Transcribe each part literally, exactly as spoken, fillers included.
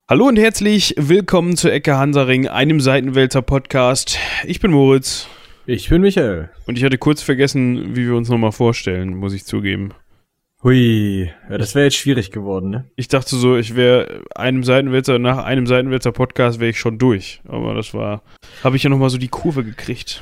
Hallo und herzlich willkommen zur Ecke Hansaring, einem Seitenwälzer Podcast. Ich bin Moritz. Ich bin Michael. Und ich hatte kurz vergessen, wie wir uns nochmal vorstellen, muss ich zugeben. Hui, ja, das wäre jetzt schwierig geworden, ne? Ich dachte so, ich wäre einem Seitenwälzer, nach einem Seitenwälzer Podcast wäre ich schon durch. Aber das war, habe ich ja nochmal so die Kurve gekriegt.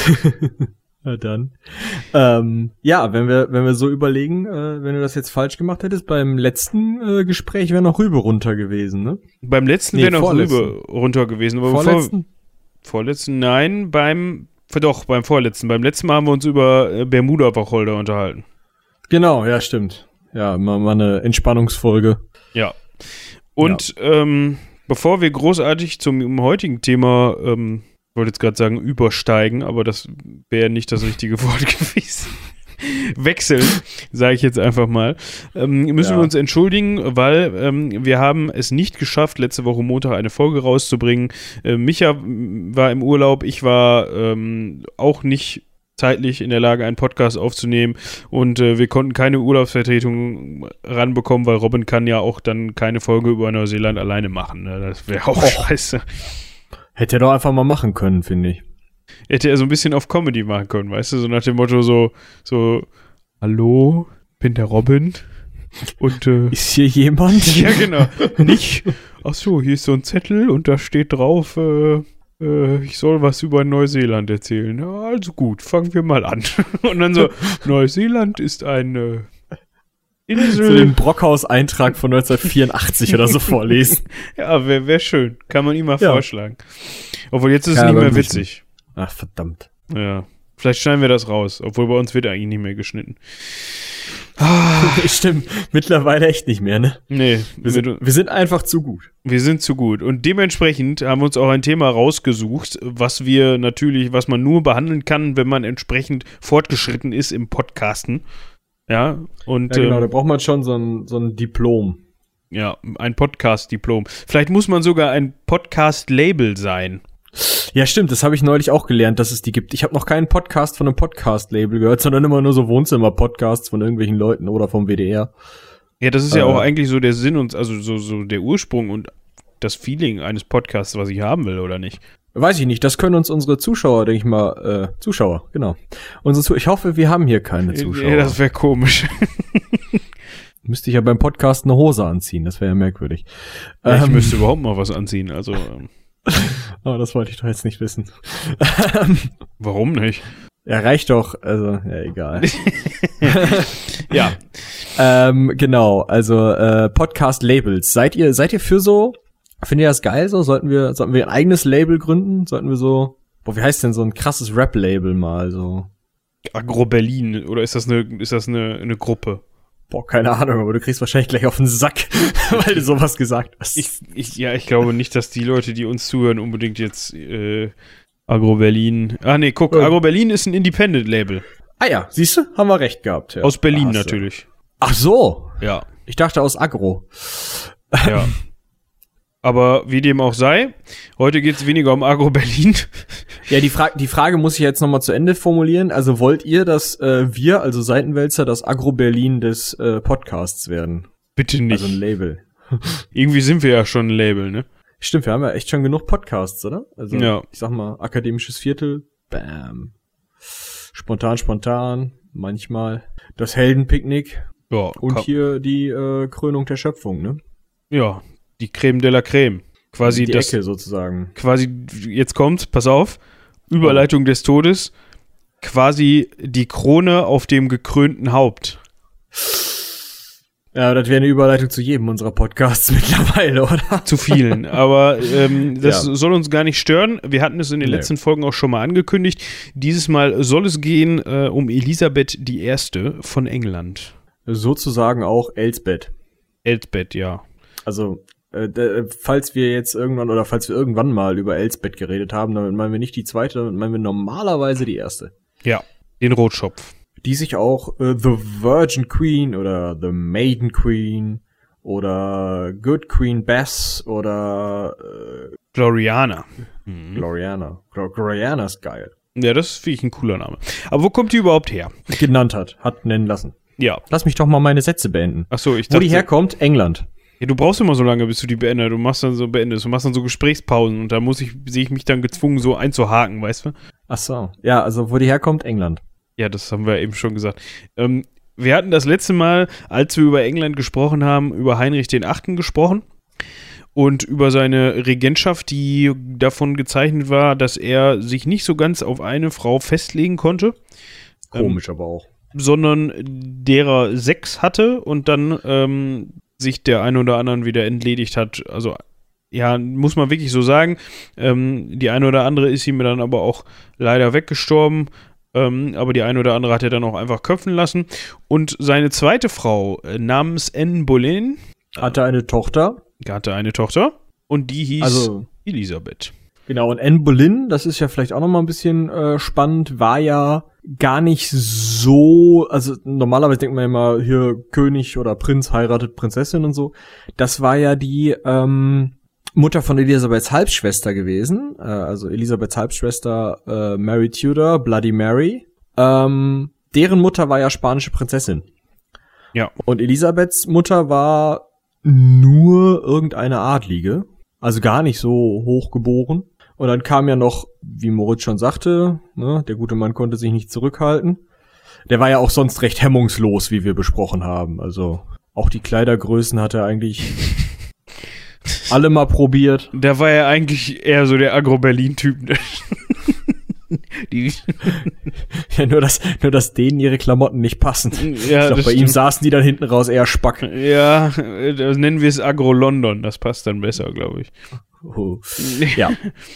Na dann. Ähm, ja, wenn wir wenn wir so überlegen, äh, wenn du das jetzt falsch gemacht hättest, beim letzten äh, Gespräch wäre noch Rübe runter gewesen, ne? Beim letzten Nee, wäre noch vorletzten. Rübe runter gewesen. Aber Vorletzten? Bevor, vorletzten? Nein, beim, doch, beim vorletzten. Beim letzten Mal haben wir uns über äh, Bermuda-Wacholder unterhalten. Genau, ja, stimmt. Ja, mal, mal eine Entspannungsfolge. Ja. Und ähm, bevor wir großartig zum heutigen Thema, ähm, ich wollte jetzt gerade sagen, übersteigen, aber das wäre nicht das richtige Wort gewesen. Wechseln, sage ich jetzt einfach mal. Ähm, müssen Ja. wir uns entschuldigen, weil ähm, wir haben es nicht geschafft, letzte Woche Montag eine Folge rauszubringen. Äh, Micha war im Urlaub, ich war ähm, auch nicht zeitlich in der Lage, einen Podcast aufzunehmen und äh, wir konnten keine Urlaubsvertretung ranbekommen, weil Robin kann ja auch dann keine Folge über Neuseeland alleine machen. Ne? Das wäre auch Och. scheiße. Hätte er doch einfach mal machen können, finde ich. Hätte er so ein bisschen auf Comedy machen können, weißt du, so nach dem Motto so, so, hallo, bin der Robin und äh, Ist hier jemand? ja genau, nicht, ach so, hier ist so ein Zettel und da steht drauf, äh, äh, ich soll was über Neuseeland erzählen. Ja, also gut, fangen wir mal an. Und dann so, Neuseeland ist eine Insel. So den Brockhaus-Eintrag von neunzehnhundertvierundachtzig oder so vorlesen. Ja, wäre wär schön, kann man ihm mal Ja. vorschlagen. Obwohl jetzt ist es Ja, nicht aber mehr nicht witzig. Ach, verdammt. Ja, vielleicht schneiden wir das raus, obwohl bei uns wird eigentlich nicht mehr geschnitten. Stimmt, mittlerweile echt nicht mehr, ne? Nee, Wir sind, wir sind einfach zu gut. wir sind zu gut. Und dementsprechend haben wir uns auch ein Thema rausgesucht, was wir natürlich, was man nur behandeln kann, wenn man entsprechend fortgeschritten ist im Podcasten. Ja, und Ja, genau, da ähm, braucht man schon so ein, so ein Diplom. ja, ein Podcast-Diplom. Vielleicht muss man sogar ein Podcast-Label sein. Ja, stimmt, das habe ich neulich auch gelernt, dass es die gibt. Ich habe noch keinen Podcast von einem Podcast-Label gehört, sondern immer nur so Wohnzimmer-Podcasts von irgendwelchen Leuten oder vom W D R. Ja, das ist ja Äh. auch eigentlich so der Sinn und also so, so der Ursprung und das Feeling eines Podcasts, was ich haben will, oder nicht? Weiß ich nicht, das können uns unsere Zuschauer, denke ich mal, äh, Zuschauer, genau. Unsere Zu- ich hoffe, wir haben hier keine Zuschauer. Ja, das wäre komisch. Müsste ich ja beim Podcast eine Hose anziehen, das wäre ja merkwürdig. Ja, ich Ähm, müsste überhaupt mal was anziehen, also ähm, Aber das wollte ich doch jetzt nicht wissen. warum nicht? Ja, reicht doch, also, ja, egal. Ja, ähm, genau, also äh, Podcast-Labels. Seid ihr, seid ihr für so, findet ihr das geil so? Sollten wir, sollten wir ein eigenes Label gründen? Sollten wir so, boah, wie heißt denn so ein krasses Rap-Label mal so? Agro Berlin, oder ist das eine, ist das eine, eine Gruppe? Boah, keine Ahnung, aber du kriegst wahrscheinlich gleich auf den Sack, weil du sowas gesagt hast. Ich, ich, ja, ich glaube nicht, dass die Leute, die uns zuhören, unbedingt jetzt äh, Agro Berlin. Ah nee, guck, Ja. Agro Berlin ist ein Independent-Label. ah ja, siehst du? Haben wir recht gehabt. Ja. Aus Berlin Da hast du- natürlich. Ach so. Ja, Ich dachte aus Agro. ja. Aber wie dem auch sei, heute geht es weniger um Agro Berlin. Ja, die, Fra- die Frage muss ich jetzt nochmal zu Ende formulieren. Also wollt ihr, dass äh, wir, also Seitenwälzer, das Agro-Berlin des äh, Podcasts werden? Bitte nicht. Also ein Label. Irgendwie sind wir ja schon ein Label, ne? Stimmt, wir haben ja echt schon genug Podcasts, oder? Also Ja. ich sag mal, akademisches Viertel, bam. Spontan, spontan, manchmal. Das Heldenpicknick Ja, und ka- hier die äh, Krönung der Schöpfung, ne? ja, die Creme de la Creme. Quasi die das, Ecke sozusagen. quasi, jetzt kommt's, pass auf, Überleitung des Todes, quasi die Krone auf dem gekrönten Haupt. Ja, das wäre eine Überleitung zu jedem unserer Podcasts mittlerweile, oder? Zu vielen, aber ähm, das Ja. soll uns gar nicht stören. Wir hatten es in den Nee. letzten Folgen auch schon mal angekündigt. Dieses Mal soll es gehen äh, um Elisabeth die Erste von England. Sozusagen auch Elsbeth. Elsbeth, ja. Also, äh, d- falls wir jetzt irgendwann oder falls wir irgendwann mal über Elsbeth geredet haben, damit meinen wir nicht die zweite, damit meinen wir normalerweise die erste. Ja, den Rotschopf. Die sich auch äh, The Virgin Queen oder The Maiden Queen oder Good Queen Bess oder äh, Gloriana. Mhm. Gloriana. Gl- Gloriana ist geil. Ja, das finde ich ein cooler Name. Aber wo kommt die überhaupt her? Genannt hat, hat nennen lassen. Ja. Lass mich doch mal meine Sätze beenden. Achso, ich Wo dachte, die herkommt? England. Ja, du brauchst immer so lange, bis du die beendest. Du machst dann so beendest, du machst dann so Gesprächspausen und da muss ich, sehe ich mich dann gezwungen, so einzuhaken, weißt du? Ach so. Ja, also wo die herkommt, England. Ja, das haben wir eben schon gesagt. Ähm, wir hatten das letzte Mal, als wir über England gesprochen haben, über Heinrich den Achten gesprochen und über seine Regentschaft, die davon gezeichnet war, dass er sich nicht so ganz auf eine Frau festlegen konnte. Komisch ähm, aber auch. Sondern derer sechs hatte und dann ähm, sich der eine oder anderen wieder entledigt hat. Also ja, muss man wirklich so sagen. Ähm, die eine oder andere ist ihm dann aber auch leider weggestorben. Ähm, aber die eine oder andere hat er dann auch einfach köpfen lassen. Und seine zweite Frau äh, namens Anne Boleyn hatte eine Tochter. hatte eine Tochter und die hieß also, Elisabeth. Genau, und Anne Boleyn, das ist ja vielleicht auch noch mal ein bisschen äh, spannend, war ja gar nicht so, also normalerweise denkt man immer, hier König oder Prinz heiratet Prinzessin und so. Das war ja die ähm, Mutter von Elisabeths Halbschwester gewesen, äh, also Elisabeths Halbschwester äh, Mary Tudor, Bloody Mary. Ähm, deren Mutter war ja spanische Prinzessin. Ja. Und Elisabeths Mutter war nur irgendeine Adlige, also gar nicht so hochgeboren. Und dann kam ja noch, wie Moritz schon sagte, ne, der gute Mann konnte sich nicht zurückhalten. Der war ja auch sonst recht hemmungslos, wie wir besprochen haben. Also auch die Kleidergrößen hat er eigentlich alle mal probiert. Da war er eigentlich eher so der Agro-Berlin-Typ. Die ja, nur dass, nur dass denen ihre Klamotten nicht passen. Ja, ich glaube, bei stimmt. ihm saßen die dann hinten raus eher Spack. Ja, das nennen wir es Agro-London. Das passt dann besser, glaube ich. Oh. Ja.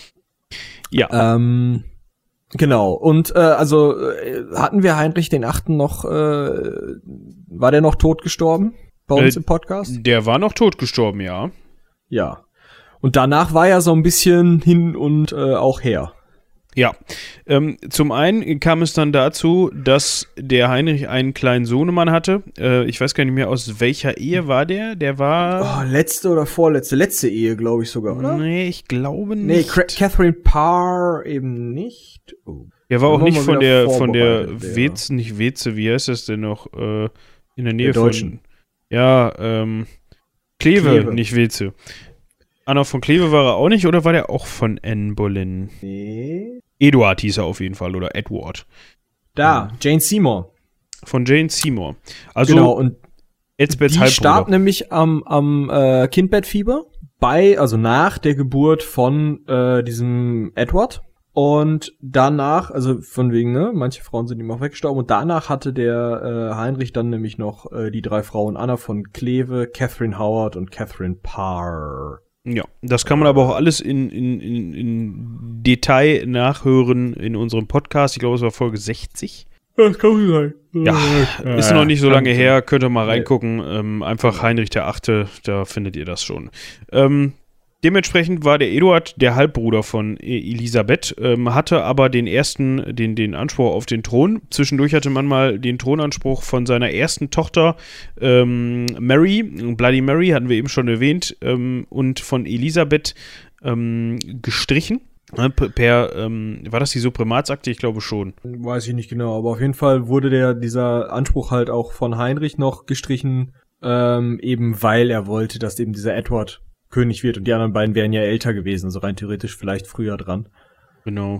Ja. Ähm, genau. Und äh, also äh, hatten wir Heinrich den Achten noch, äh, war der noch tot gestorben bei uns äh, im Podcast? Der war noch tot gestorben, ja. Ja. Und danach war er so ein bisschen hin und äh, auch her. Ja, ähm, zum einen kam es dann dazu, dass der Heinrich einen kleinen Sohnemann hatte. Äh, ich weiß gar nicht mehr, aus welcher Ehe war der. Der war... Oh, letzte oder vorletzte? Letzte Ehe, glaube ich sogar, oder? Nee, ich glaube nicht. Nee, Cra- Catherine Parr eben nicht. Oh. Der war auch nicht von der, von der der. Weze, nicht Weze, wie heißt das denn noch? Äh, in der Nähe Der Deutschen. von... Ja, ähm... Kleve, Kleve. nicht Weze. Anna von Kleve war er auch nicht, oder war der auch von Anne Boleyn? Nee. Eduard hieß er auf jeden Fall, oder Edward. Da, Jane Seymour. Von Jane Seymour. Also, Genau, und Elsbeths die Halbbruder. starb nämlich am, am äh, Kindbettfieber bei, also nach der Geburt von äh, diesem Edward. Und danach, also von wegen, ne, manche Frauen sind ihm auch weggestorben. Und danach hatte der äh, Heinrich dann nämlich noch äh, die drei Frauen Anna von Kleve, Catherine Howard und Catherine Parr. Ja, das kann man aber auch alles in, in, in, in Detail nachhören in unserem Podcast. Ich glaube, es war Folge sechzig. Das kann sein. Ja, ist noch nicht so lange Kann her, könnt ihr mal reingucken. Ähm, einfach Heinrich der Achte, da findet ihr das schon. Ähm, dementsprechend war der Eduard der Halbbruder von Elisabeth, ähm, hatte aber den ersten, den, den Anspruch auf den Thron. Zwischendurch hatte man mal den Thronanspruch von seiner ersten Tochter ähm, Mary, Bloody Mary, hatten wir eben schon erwähnt, ähm, und von Elisabeth ähm, gestrichen. Per, ähm, war das die Suprematsakte? Ich glaube schon. Weiß ich nicht genau, aber auf jeden Fall wurde der dieser Anspruch halt auch von Heinrich noch gestrichen, ähm, eben weil er wollte, dass eben dieser Edward König wird und die anderen beiden wären ja älter gewesen, also rein theoretisch vielleicht früher dran. Genau.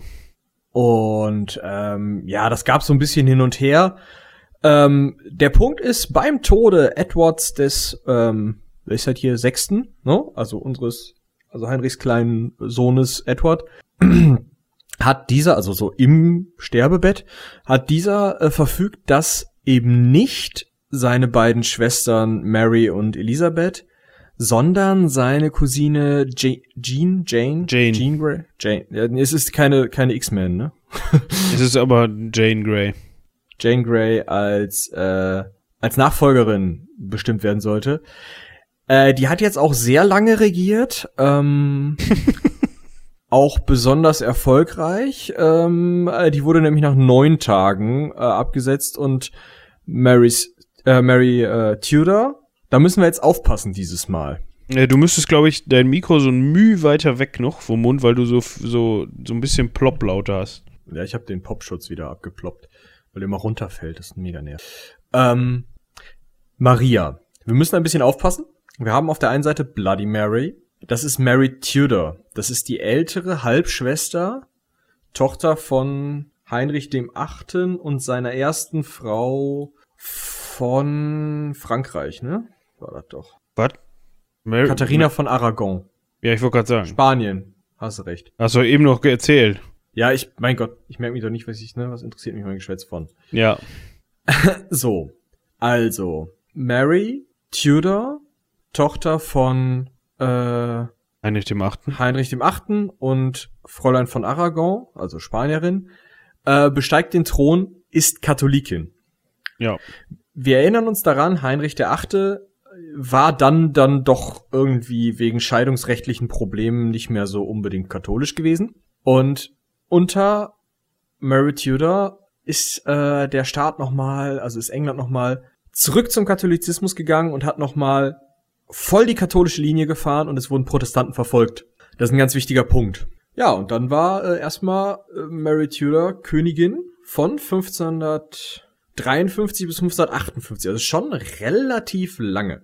Und ähm, ja, das gab so ein bisschen hin und her. Ähm, der Punkt ist, beim Tode Edwards des, ähm, wer ist halt hier, Sechsten, ne? Also unseres, also Heinrichs kleinen Sohnes Edward, hat dieser, also so im Sterbebett, hat dieser äh, verfügt, dass eben nicht seine beiden Schwestern Mary und Elisabeth, sondern seine Cousine Je- Jean, Jane, Jane. Jean Grey, Jane. Ja, es ist keine keine X-Men, ne? Es ist aber Jane Grey. Jane Grey als äh, als Nachfolgerin bestimmt werden sollte. Äh, die hat jetzt auch sehr lange regiert, ähm, auch besonders erfolgreich. Ähm, äh, die wurde nämlich nach neun Tagen äh, abgesetzt und Mary's, äh, Mary äh, Tudor. Da müssen wir jetzt aufpassen dieses Mal. Ja, du müsstest, glaube ich, dein Mikro so ein Müh weiter weg noch vom Mund, weil du so so so ein bisschen Plopplauter hast. Ja, ich habe den Popschutz wieder abgeploppt, weil der immer runterfällt. Das ist mega nervig. Ähm, Maria. Wir müssen ein bisschen aufpassen. Wir haben auf der einen Seite Bloody Mary. Das ist Mary Tudor. Das ist die ältere Halbschwester, Tochter von Heinrich dem Achten und seiner ersten Frau von Frankreich, ne? War das doch. Was? Mary- Katharina von Aragon. Ja, ich wollte gerade sagen. Spanien. Hast du recht. Hast du eben noch erzählt. Ja, ich, mein Gott, ich merke mich doch nicht, was ich, ne, was interessiert mich mein Geschwätz von. Ja. So. Also, Mary Tudor, Tochter von, äh, Heinrich dem Achten. Heinrich dem Achten und Fräulein von Aragon, also Spanierin, äh, besteigt den Thron, ist Katholikin. Ja. Wir erinnern uns daran, Heinrich der Achte war dann dann doch irgendwie wegen scheidungsrechtlichen Problemen nicht mehr so unbedingt katholisch gewesen. Und unter Mary Tudor ist äh, der Staat nochmal, also ist England nochmal zurück zum Katholizismus gegangen und hat nochmal voll die katholische Linie gefahren und es wurden Protestanten verfolgt. Das ist ein ganz wichtiger Punkt. Ja, und dann war äh, erstmal äh, Mary Tudor Königin von fünfzehnhundertdreiundfünfzig bis fünfzehnhundertachtundfünfzig, also schon relativ lange.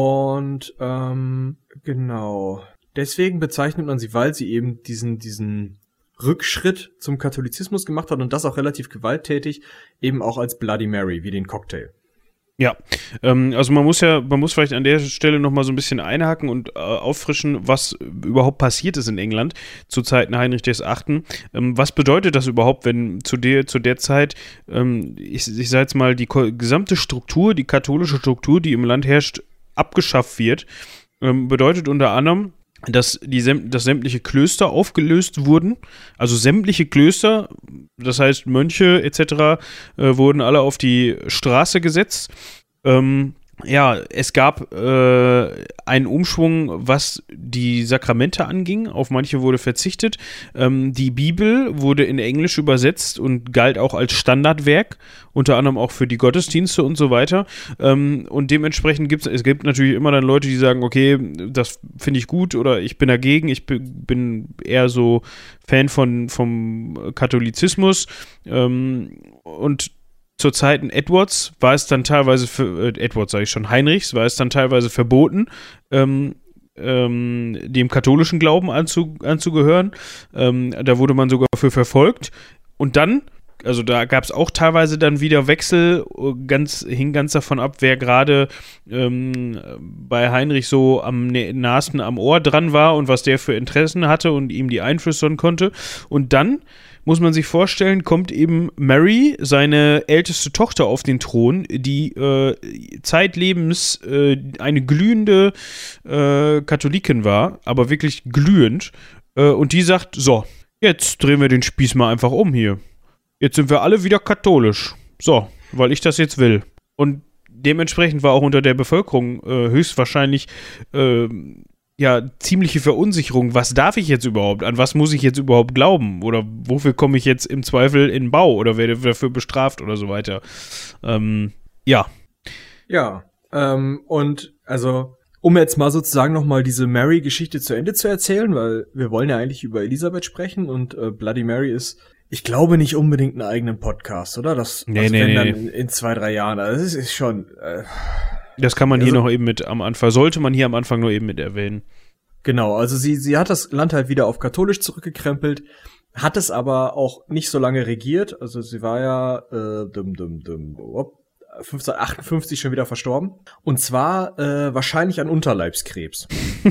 Und ähm, genau, deswegen bezeichnet man sie, weil sie eben diesen diesen Rückschritt zum Katholizismus gemacht hat und das auch relativ gewalttätig, eben auch als Bloody Mary, wie den Cocktail. Ja, ähm, also man muss ja, man muss vielleicht an der Stelle nochmal so ein bisschen einhaken und äh, auffrischen, was überhaupt passiert ist in England zu Zeiten Heinrich des Achten. Ähm, was bedeutet das überhaupt, wenn zu der, zu der Zeit, ähm, ich, ich sage jetzt mal, die ko- gesamte Struktur, die katholische Struktur, die im Land herrscht, abgeschafft wird, ähm, bedeutet unter anderem, dass die säm- dass sämtliche Klöster aufgelöst wurden, also sämtliche Klöster, das heißt Mönche et cetera, äh, wurden alle auf die Straße gesetzt. Ähm, ja, es gab äh, einen Umschwung, was die Sakramente anging. Auf manche wurde verzichtet. Ähm, die Bibel wurde in Englisch übersetzt und galt auch als Standardwerk, unter anderem auch für die Gottesdienste und so weiter. Ähm, und dementsprechend gibt es, es gibt natürlich immer dann Leute, die sagen, okay, das finde ich gut oder ich bin dagegen. Ich b- bin eher so Fan von, vom Katholizismus. Ähm, und Zur Zeiten Edwards war es dann teilweise, für, äh, Edwards sage ich schon, Heinrichs, war es dann teilweise verboten, ähm, ähm, dem katholischen Glauben anzu, anzugehören. Ähm, da wurde man sogar für verfolgt. Und dann, also da gab es auch teilweise dann wieder Wechsel, ganz, hing ganz davon ab, wer gerade ähm, bei Heinrich so am nahesten am Ohr dran war und was der für Interessen hatte und ihm die einflüstern konnte. Und dann muss man sich vorstellen, kommt eben Mary, seine älteste Tochter, auf den Thron, die äh, zeitlebens äh, eine glühende äh, Katholikin war, aber wirklich glühend. Äh, und die sagt, so, jetzt drehen wir den Spieß mal einfach um hier. Jetzt sind wir alle wieder katholisch. So, weil ich das jetzt will. Und dementsprechend war auch unter der Bevölkerung äh, höchstwahrscheinlich äh, ja, ziemliche Verunsicherung. Was darf ich jetzt überhaupt? An was muss ich jetzt überhaupt glauben? Oder wofür komme ich jetzt im Zweifel in den Bau? Oder werde dafür bestraft oder so weiter? Ähm, ja. Ja, ähm, und also, um jetzt mal sozusagen nochmal diese Mary-Geschichte zu Ende zu erzählen, weil wir wollen ja eigentlich über Elisabeth sprechen und äh, Bloody Mary ist, ich glaube, nicht unbedingt einen eigenen Podcast, oder? Das, nee, also nee, wenn nee. dann in, in zwei, drei Jahren. Also das ist, ist schon... Äh, Das kann man also, hier noch eben mit am Anfang, sollte man hier am Anfang nur eben mit erwähnen. Genau, also sie sie hat das Land halt wieder auf katholisch zurückgekrempelt, hat es aber auch nicht so lange regiert. Also sie war ja äh, dum, dum, dum, fünfzehnhundertachtundfünfzig schon wieder verstorben. Und zwar äh, wahrscheinlich an Unterleibskrebs.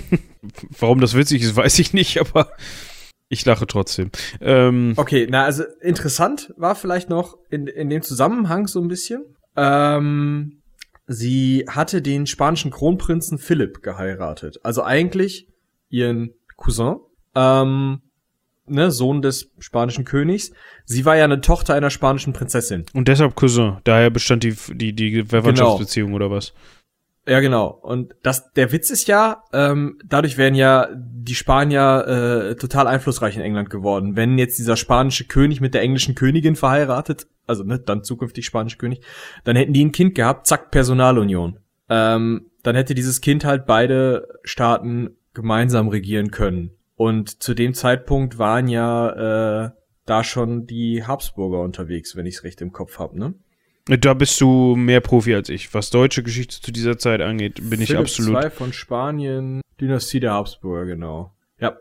Warum das witzig ist, weiß ich nicht, aber ich lache trotzdem. Ähm, Okay, na also interessant war vielleicht noch in, in dem Zusammenhang so ein bisschen. Ähm, sie hatte den spanischen Kronprinzen Philipp geheiratet. Also eigentlich ihren Cousin, ähm, ne, Sohn des spanischen Königs. Sie war ja eine Tochter einer spanischen Prinzessin. und deshalb Cousin. Daher bestand die, die, die Verwandtschaftsbeziehung oder was? Ja, genau. Und das, der Witz ist ja, ähm, dadurch wären ja die Spanier äh, total einflussreich in England geworden. Wenn jetzt dieser spanische König mit der englischen Königin verheiratet, also ne, dann zukünftig spanische König, dann hätten die ein Kind gehabt, zack, Personalunion. Ähm, dann hätte dieses Kind halt beide Staaten gemeinsam regieren können. Und zu dem Zeitpunkt waren ja äh, da schon die Habsburger unterwegs, wenn ich es recht im Kopf habe, ne? Da bist du mehr Profi als ich. Was deutsche Geschichte zu dieser Zeit angeht, bin Philipp ich absolut. der Zweite von Spanien, Dynastie der Habsburger, genau. Ja.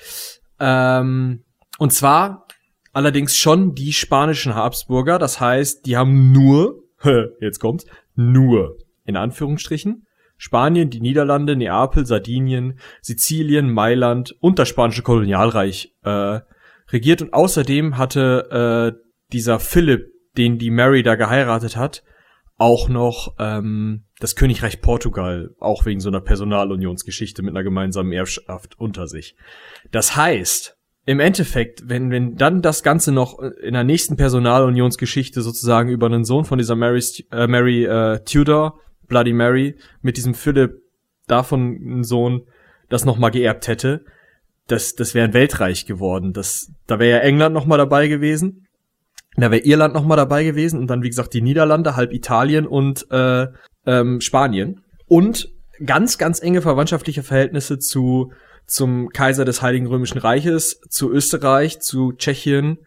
Ähm, und zwar allerdings schon die spanischen Habsburger. Das heißt, die haben nur, jetzt kommt's, nur, in Anführungsstrichen, Spanien, die Niederlande, Neapel, Sardinien, Sizilien, Mailand und das spanische Kolonialreich äh, regiert. Und außerdem hatte äh, dieser Philipp, den die Mary da geheiratet hat, auch noch ähm, das Königreich Portugal, auch wegen so einer Personalunionsgeschichte mit einer gemeinsamen Erbschaft unter sich. Das heißt, im Endeffekt, wenn wenn dann das Ganze noch in der nächsten Personalunionsgeschichte sozusagen über einen Sohn von dieser Mary, äh, Mary äh, Tudor, Bloody Mary, mit diesem Philipp, davon ein Sohn, das nochmal geerbt hätte, das das wäre ein Weltreich geworden. Das, da wäre ja England nochmal dabei gewesen, da wäre Irland nochmal dabei gewesen und dann, wie gesagt, die Niederlande, halb Italien und äh, ähm, Spanien. Und ganz, ganz enge verwandtschaftliche Verhältnisse zu zum Kaiser des Heiligen Römischen Reiches, zu Österreich, zu Tschechien,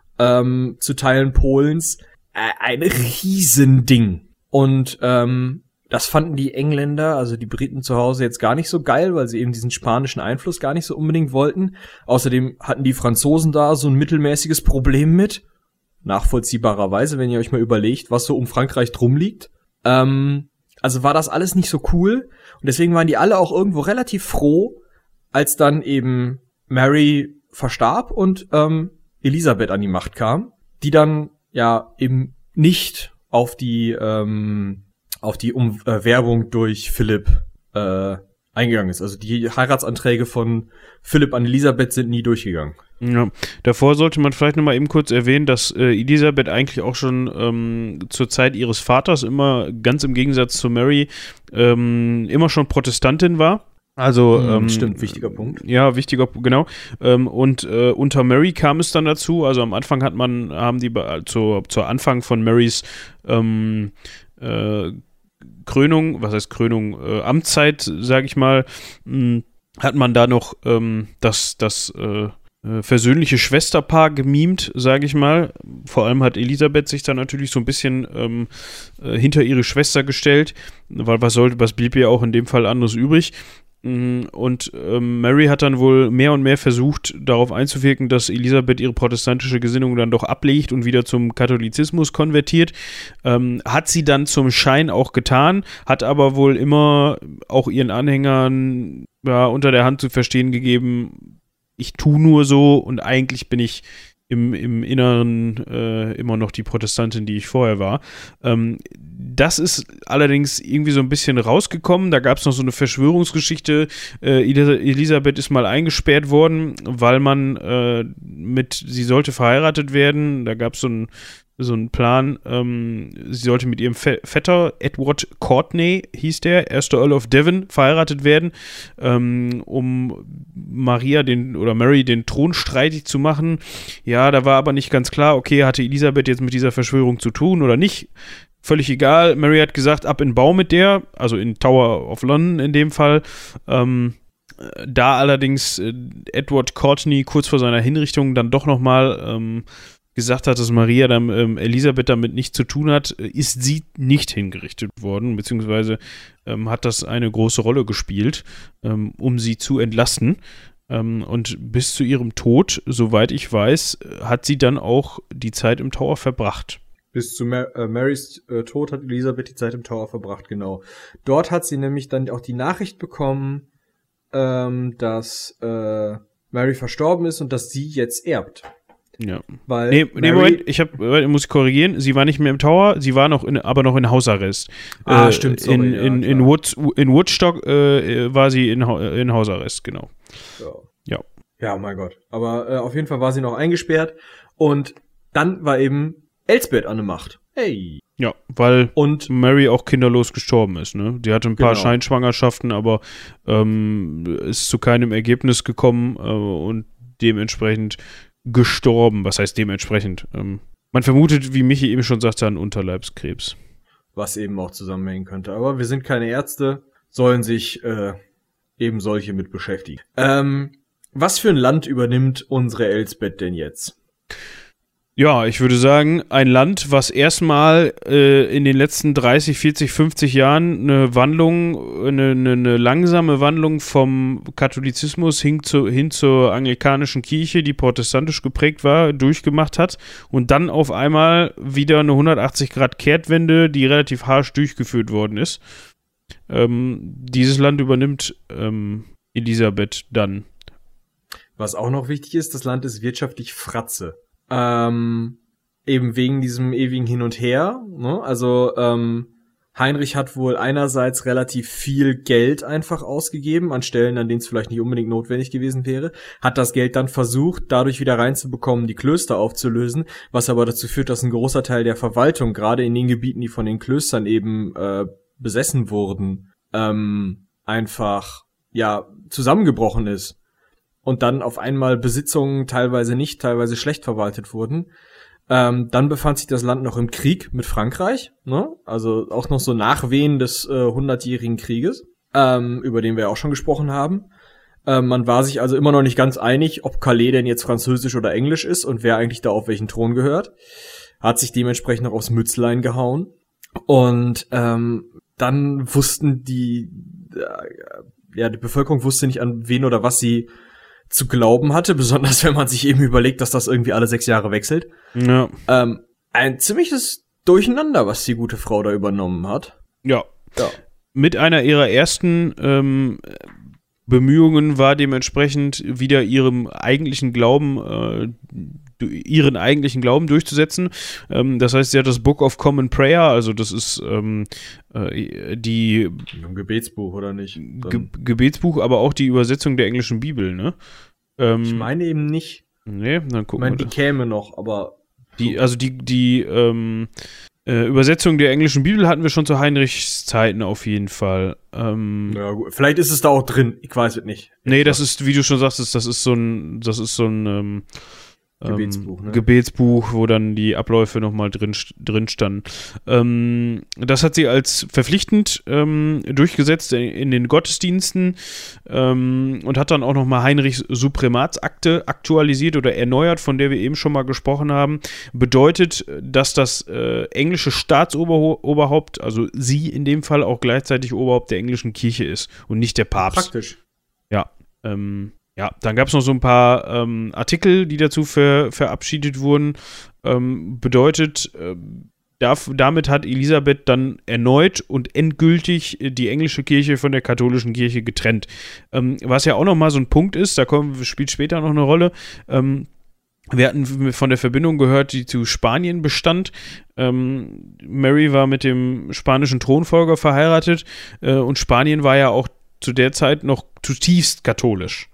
ähm, zu Teilen Polens. Äh, ein Riesending. Und ähm, das fanden die Engländer, also die Briten zu Hause, jetzt gar nicht so geil, weil sie eben diesen spanischen Einfluss gar nicht so unbedingt wollten. Außerdem hatten die Franzosen da so ein mittelmäßiges Problem mit. Nachvollziehbarerweise, wenn ihr euch mal überlegt, was so um Frankreich drum liegt. Ähm, also war das alles nicht so cool. Und deswegen waren die alle auch irgendwo relativ froh, als dann eben Mary verstarb und ähm, Elisabeth an die Macht kam, die dann ja eben nicht auf die ähm, auf die Umwerbung durch Philipp äh, eingegangen ist. Also die Heiratsanträge von Philipp an Elisabeth sind nie durchgegangen. Ja, davor sollte man vielleicht noch mal eben kurz erwähnen, dass äh, Elisabeth eigentlich auch schon ähm, zur Zeit ihres Vaters immer, ganz im Gegensatz zu Mary, ähm, immer schon Protestantin war. Also hm, ähm, stimmt, wichtiger Punkt. Ja, wichtiger, genau. Ähm, und äh, unter Mary kam es dann dazu. Also am Anfang hat man, haben die be- zu, zur Anfang von Marys ähm, äh, Krönung, was heißt Krönung, äh, Amtszeit, sage ich mal, mh, hat man da noch ähm, das, das äh, äh, versöhnliche Schwesterpaar gemimt, sage ich mal. Vor allem hat Elisabeth sich da natürlich so ein bisschen ähm, äh, hinter ihre Schwester gestellt, weil was sollte, was blieb ihr auch in dem Fall anderes übrig. Und ähm, Mary hat dann wohl mehr und mehr versucht, darauf einzuwirken, dass Elisabeth ihre protestantische Gesinnung dann doch ablegt und wieder zum Katholizismus konvertiert. Ähm, hat sie dann zum Schein auch getan, hat aber wohl immer auch ihren Anhängern ja, unter der Hand zu verstehen gegeben, ich tue nur so und eigentlich bin ich im, im Inneren äh, immer noch die Protestantin, die ich vorher war. Ähm, das ist allerdings irgendwie so ein bisschen rausgekommen. Da gab es noch so eine Verschwörungsgeschichte. Äh, Elisabeth ist mal eingesperrt worden, weil man äh, mit, sie sollte verheiratet werden. Da gab es so ein so ein Plan, ähm, sie sollte mit ihrem Vetter, Edward Courtney, hieß der, erster Earl of Devon, verheiratet werden, ähm, um Maria den oder Mary den Thron streitig zu machen. Ja, da war aber nicht ganz klar, okay, hatte Elisabeth jetzt mit dieser Verschwörung zu tun oder nicht? Völlig egal. Mary hat gesagt, ab in Bau mit der, also in Tower of London in dem Fall. Ähm, da allerdings äh, Edward Courtney kurz vor seiner Hinrichtung dann doch nochmal ähm, gesagt hat, dass Maria dann ähm, Elisabeth damit nichts zu tun hat, ist sie nicht hingerichtet worden, beziehungsweise ähm, hat das eine große Rolle gespielt, ähm, um sie zu entlasten. Ähm, und bis zu ihrem Tod, soweit ich weiß, hat sie dann auch die Zeit im Tower verbracht. Bis zu Mar- äh, Marys äh, Tod hat Elisabeth die Zeit im Tower verbracht, genau. Dort hat sie nämlich dann auch die Nachricht bekommen, ähm, dass äh, Mary verstorben ist und dass sie jetzt erbt. Ja. Weil nee, nee, Mary, Moment, ich hab, muss ich korrigieren, sie war nicht mehr im Tower, sie war noch in, aber noch in Hausarrest. Ah, äh, stimmt, sorry, in, ja, in, in, Wood, in Woodstock äh, war sie in, in Hausarrest, genau. Ja. Ja, ja mein Gott. Aber äh, auf jeden Fall war sie noch eingesperrt und dann war eben Elsbeth an der Macht. Hey. Ja, weil und Mary auch kinderlos gestorben ist, ne? Die hatte ein paar genau. Scheinschwangerschaften, aber ähm, ist zu keinem Ergebnis gekommen äh, und dementsprechend gestorben. Was heißt dementsprechend? Ähm, man vermutet, wie Michi eben schon sagte, an Unterleibskrebs. Was eben auch zusammenhängen könnte. Aber wir sind keine Ärzte, sollen sich äh, eben solche mit beschäftigen. Ähm, was für ein Land übernimmt unsere Elsbeth denn jetzt? Ja, ich würde sagen, ein Land, was erstmal äh, in den letzten dreißig, vierzig, fünfzig Jahren eine Wandlung, eine, eine, eine langsame Wandlung vom Katholizismus hin, zu, hin zur anglikanischen Kirche, die protestantisch geprägt war, durchgemacht hat und dann auf einmal wieder eine hundertachtzig Grad Kehrtwende, die relativ harsch durchgeführt worden ist. Ähm, dieses Land übernimmt ähm, Elisabeth dann. Was auch noch wichtig ist, das Land ist wirtschaftlich Fratze. Ähm, eben wegen diesem ewigen Hin und Her, ne? Also ähm, Heinrich hat wohl einerseits relativ viel Geld einfach ausgegeben, an Stellen, an denen es vielleicht nicht unbedingt notwendig gewesen wäre, hat das Geld dann versucht, dadurch wieder reinzubekommen, die Klöster aufzulösen, was aber dazu führt, dass ein großer Teil der Verwaltung, gerade in den Gebieten, die von den Klöstern eben äh, besessen wurden, ähm, einfach, ja, zusammengebrochen ist. Und dann auf einmal Besitzungen teilweise nicht, teilweise schlecht verwaltet wurden. Ähm, dann befand sich das Land noch im Krieg mit Frankreich, ne? Also auch noch so Nachwehen des äh, hundertjährigen Krieges, ähm, über den wir auch schon gesprochen haben. Ähm, man war sich also immer noch nicht ganz einig, ob Calais denn jetzt französisch oder englisch ist und wer eigentlich da auf welchen Thron gehört. Hat sich dementsprechend noch aufs Mützlein gehauen. Und ähm, dann wussten die, äh, ja, die Bevölkerung wusste nicht, an wen oder was sie zu glauben hatte, besonders wenn man sich eben überlegt, dass das irgendwie alle sechs Jahre wechselt. Ja. Ähm, ein ziemliches Durcheinander, was die gute Frau da übernommen hat. Ja. Ja. Mit einer ihrer ersten ähm, Bemühungen war dementsprechend wieder ihrem eigentlichen Glauben, äh, ihren eigentlichen Glauben durchzusetzen. Ähm, das heißt, sie hat das Book of Common Prayer, also das ist ähm, äh, die Ein Gebetsbuch, oder nicht? Ge- Gebetsbuch, aber auch die Übersetzung der englischen Bibel, ne? Ähm, Ich meine eben nicht. Nee, dann Ich gucken meine, wir die das. käme noch, aber Die, also die, die ähm, äh, Übersetzung der englischen Bibel hatten wir schon zu Heinrichs Zeiten auf jeden Fall. Ähm, ja, gut. Vielleicht ist es da auch drin. Ich weiß es nicht. nee, das ist, wie du schon sagst, das ist so ein, das ist so ein ähm, Gebetsbuch, ne? Gebetsbuch, wo dann die Abläufe nochmal drin, drin standen. Ähm, das hat sie als verpflichtend ähm, durchgesetzt in, in den Gottesdiensten ähm, und hat dann auch nochmal Heinrichs Suprematsakte aktualisiert oder erneuert, von der wir eben schon mal gesprochen haben. Bedeutet, dass das äh, englische Staatsoberhaupt, also sie in dem Fall, auch gleichzeitig Oberhaupt der englischen Kirche ist und nicht der Papst. Praktisch. Ja, ähm, ja, dann gab es noch so ein paar ähm, Artikel, die dazu ver, verabschiedet wurden. Ähm, bedeutet, äh, darf, damit hat Elisabeth dann erneut und endgültig die englische Kirche von der katholischen Kirche getrennt. Ähm, was ja auch nochmal so ein Punkt ist, da kommen, spielt später noch eine Rolle. Ähm, wir hatten von der Verbindung gehört, die zu Spanien bestand. Ähm, Mary war mit dem spanischen Thronfolger verheiratet äh, und Spanien war ja auch zu der Zeit noch zutiefst katholisch.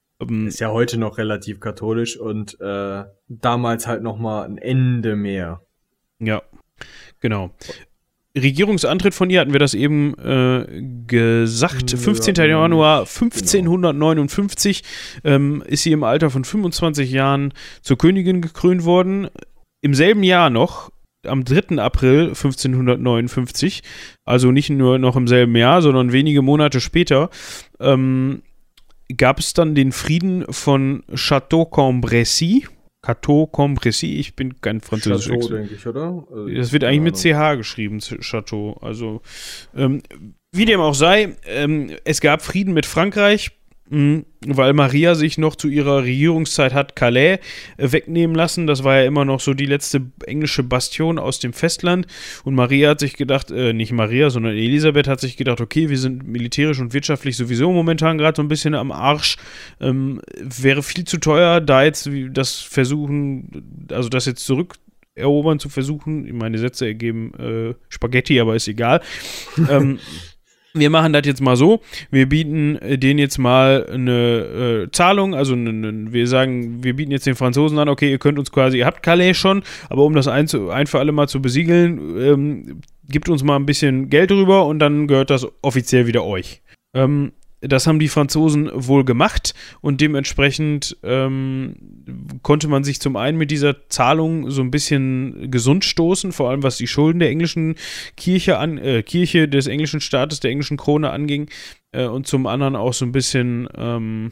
Ist ja heute noch relativ katholisch und äh, damals halt noch mal ein Ende mehr. Ja, genau. Regierungsantritt von ihr hatten wir das eben äh, gesagt. fünfzehnten Januar fünfzehnhundertneunundfünfzig ähm, ist sie im Alter von fünfundzwanzig Jahren zur Königin gekrönt worden. Im selben Jahr noch, am dritten April fünfzehnhundertneunundfünfzig, also nicht nur noch im selben Jahr, sondern wenige Monate später, ähm, gab es dann den Frieden von Château-Cambrésis. Château-Cambrésis, ich bin kein französischer Chateau, denke ich, oder? Also, das wird eigentlich mit C H geschrieben, Château. Also, ähm, wie dem auch sei, ähm, es gab Frieden mit Frankreich, mh, weil Maria sich noch zu ihrer Regierungszeit hat Calais äh, wegnehmen lassen. Das war ja immer noch so die letzte englische Bastion aus dem Festland. Und Maria hat sich gedacht, äh, nicht Maria, sondern Elisabeth hat sich gedacht, okay, wir sind militärisch und wirtschaftlich sowieso momentan gerade so ein bisschen am Arsch. Ähm, wäre viel zu teuer, da jetzt das versuchen, also das jetzt zurück erobern zu versuchen. Meine Sätze ergeben äh, Spaghetti, aber ist egal. ähm, Wir machen das jetzt mal so, wir bieten äh, denen jetzt mal eine äh, Zahlung, also ne, ne, wir sagen, wir bieten jetzt den Franzosen an, okay, ihr könnt uns quasi, ihr habt Calais schon, aber um das ein, zu, ein für alle Mal zu besiegeln, ähm, gibt uns mal ein bisschen Geld rüber und dann gehört das offiziell wieder euch. Ähm, das haben die Franzosen wohl gemacht und dementsprechend ähm, konnte man sich zum einen mit dieser Zahlung so ein bisschen gesund stoßen, vor allem was die Schulden der englischen Kirche an, äh, Kirche des englischen Staates, der englischen Krone anging äh, und zum anderen auch so ein bisschen ähm,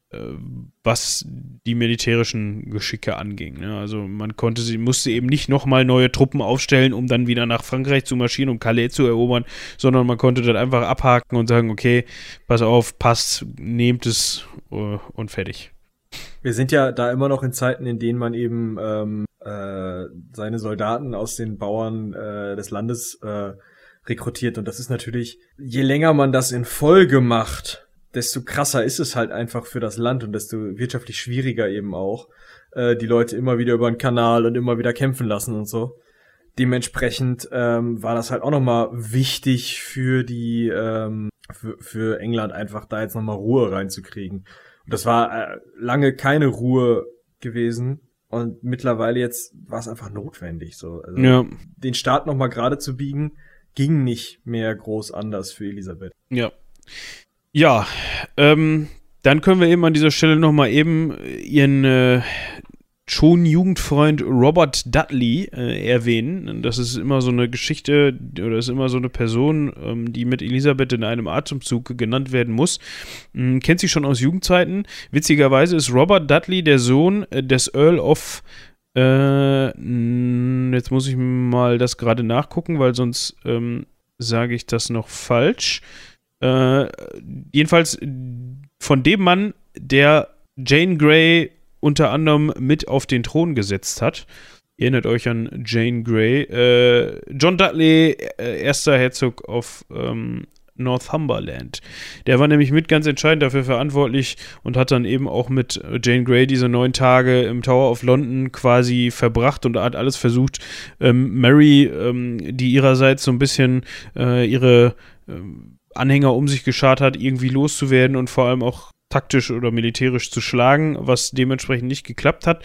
was die militärischen Geschicke anging. Ne? Also man konnte sie, musste eben nicht nochmal neue Truppen aufstellen, um dann wieder nach Frankreich zu marschieren, um Calais zu erobern, sondern man konnte dann einfach abhaken und sagen, okay, pass auf, passt, nehmt es uh, und fertig. Wir sind ja da immer noch in Zeiten, in denen man eben ähm, äh, seine Soldaten aus den Bauern äh, des Landes äh, rekrutiert. Und das ist natürlich, je länger man das in Folge macht, desto krasser ist es halt einfach für das Land und desto wirtschaftlich schwieriger eben auch, äh, die Leute immer wieder über den Kanal und immer wieder kämpfen lassen und so. Dementsprechend ähm, war das halt auch nochmal wichtig für die, ähm, für, für England einfach da jetzt nochmal Ruhe reinzukriegen. Und das war äh, lange keine Ruhe gewesen und mittlerweile jetzt war es einfach notwendig, so. Also ja. Den Staat nochmal gerade zu biegen, ging nicht mehr groß anders für Elisabeth. Ja. Ja, ähm, dann können wir eben an dieser Stelle nochmal eben ihren äh, schon Jugendfreund Robert Dudley äh, erwähnen. Das ist immer so eine Geschichte oder ist immer so eine Person, ähm, die mit Elisabeth in einem Atemzug genannt werden muss. Ähm, kennt sie schon aus Jugendzeiten. Witzigerweise ist Robert Dudley der Sohn äh, des Earl of äh, jetzt muss ich mal das gerade nachgucken, weil sonst ähm, sage ich das noch falsch. Äh, jedenfalls von dem Mann, der Jane Grey unter anderem mit auf den Thron gesetzt hat. Ihr erinnert euch an Jane Grey. Äh, John Dudley, äh, erster Herzog of ähm, Northumberland. Der war nämlich mit ganz entscheidend dafür verantwortlich und hat dann eben auch mit Jane Grey diese neun Tage im Tower of London quasi verbracht und hat alles versucht, ähm, Mary, ähm, die ihrerseits so ein bisschen äh, ihre ähm, Anhänger um sich geschart hat, irgendwie loszuwerden und vor allem auch taktisch oder militärisch zu schlagen, was dementsprechend nicht geklappt hat.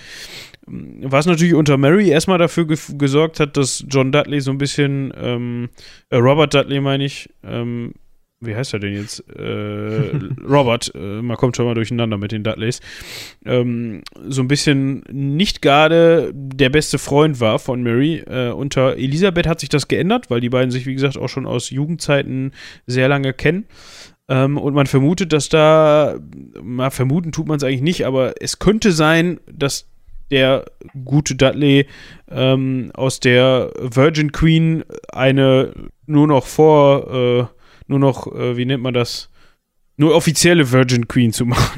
Was natürlich unter Mary erstmal dafür ge- gesorgt hat, dass John Dudley so ein bisschen, ähm, äh, Robert Dudley meine ich, ähm, wie heißt er denn jetzt? Äh, Robert, äh, man kommt schon mal durcheinander mit den Dudleys, ähm, so ein bisschen nicht gerade der beste Freund war von Mary. Äh, unter Elisabeth hat sich das geändert, weil die beiden sich, wie gesagt, auch schon aus Jugendzeiten sehr lange kennen. Ähm, und man vermutet, dass da, mal vermuten tut man es eigentlich nicht, aber es könnte sein, dass der gute Dudley ähm, aus der Virgin Queen eine nur noch vor, äh, nur noch, äh, wie nennt man das, nur offizielle Virgin Queen zu machen.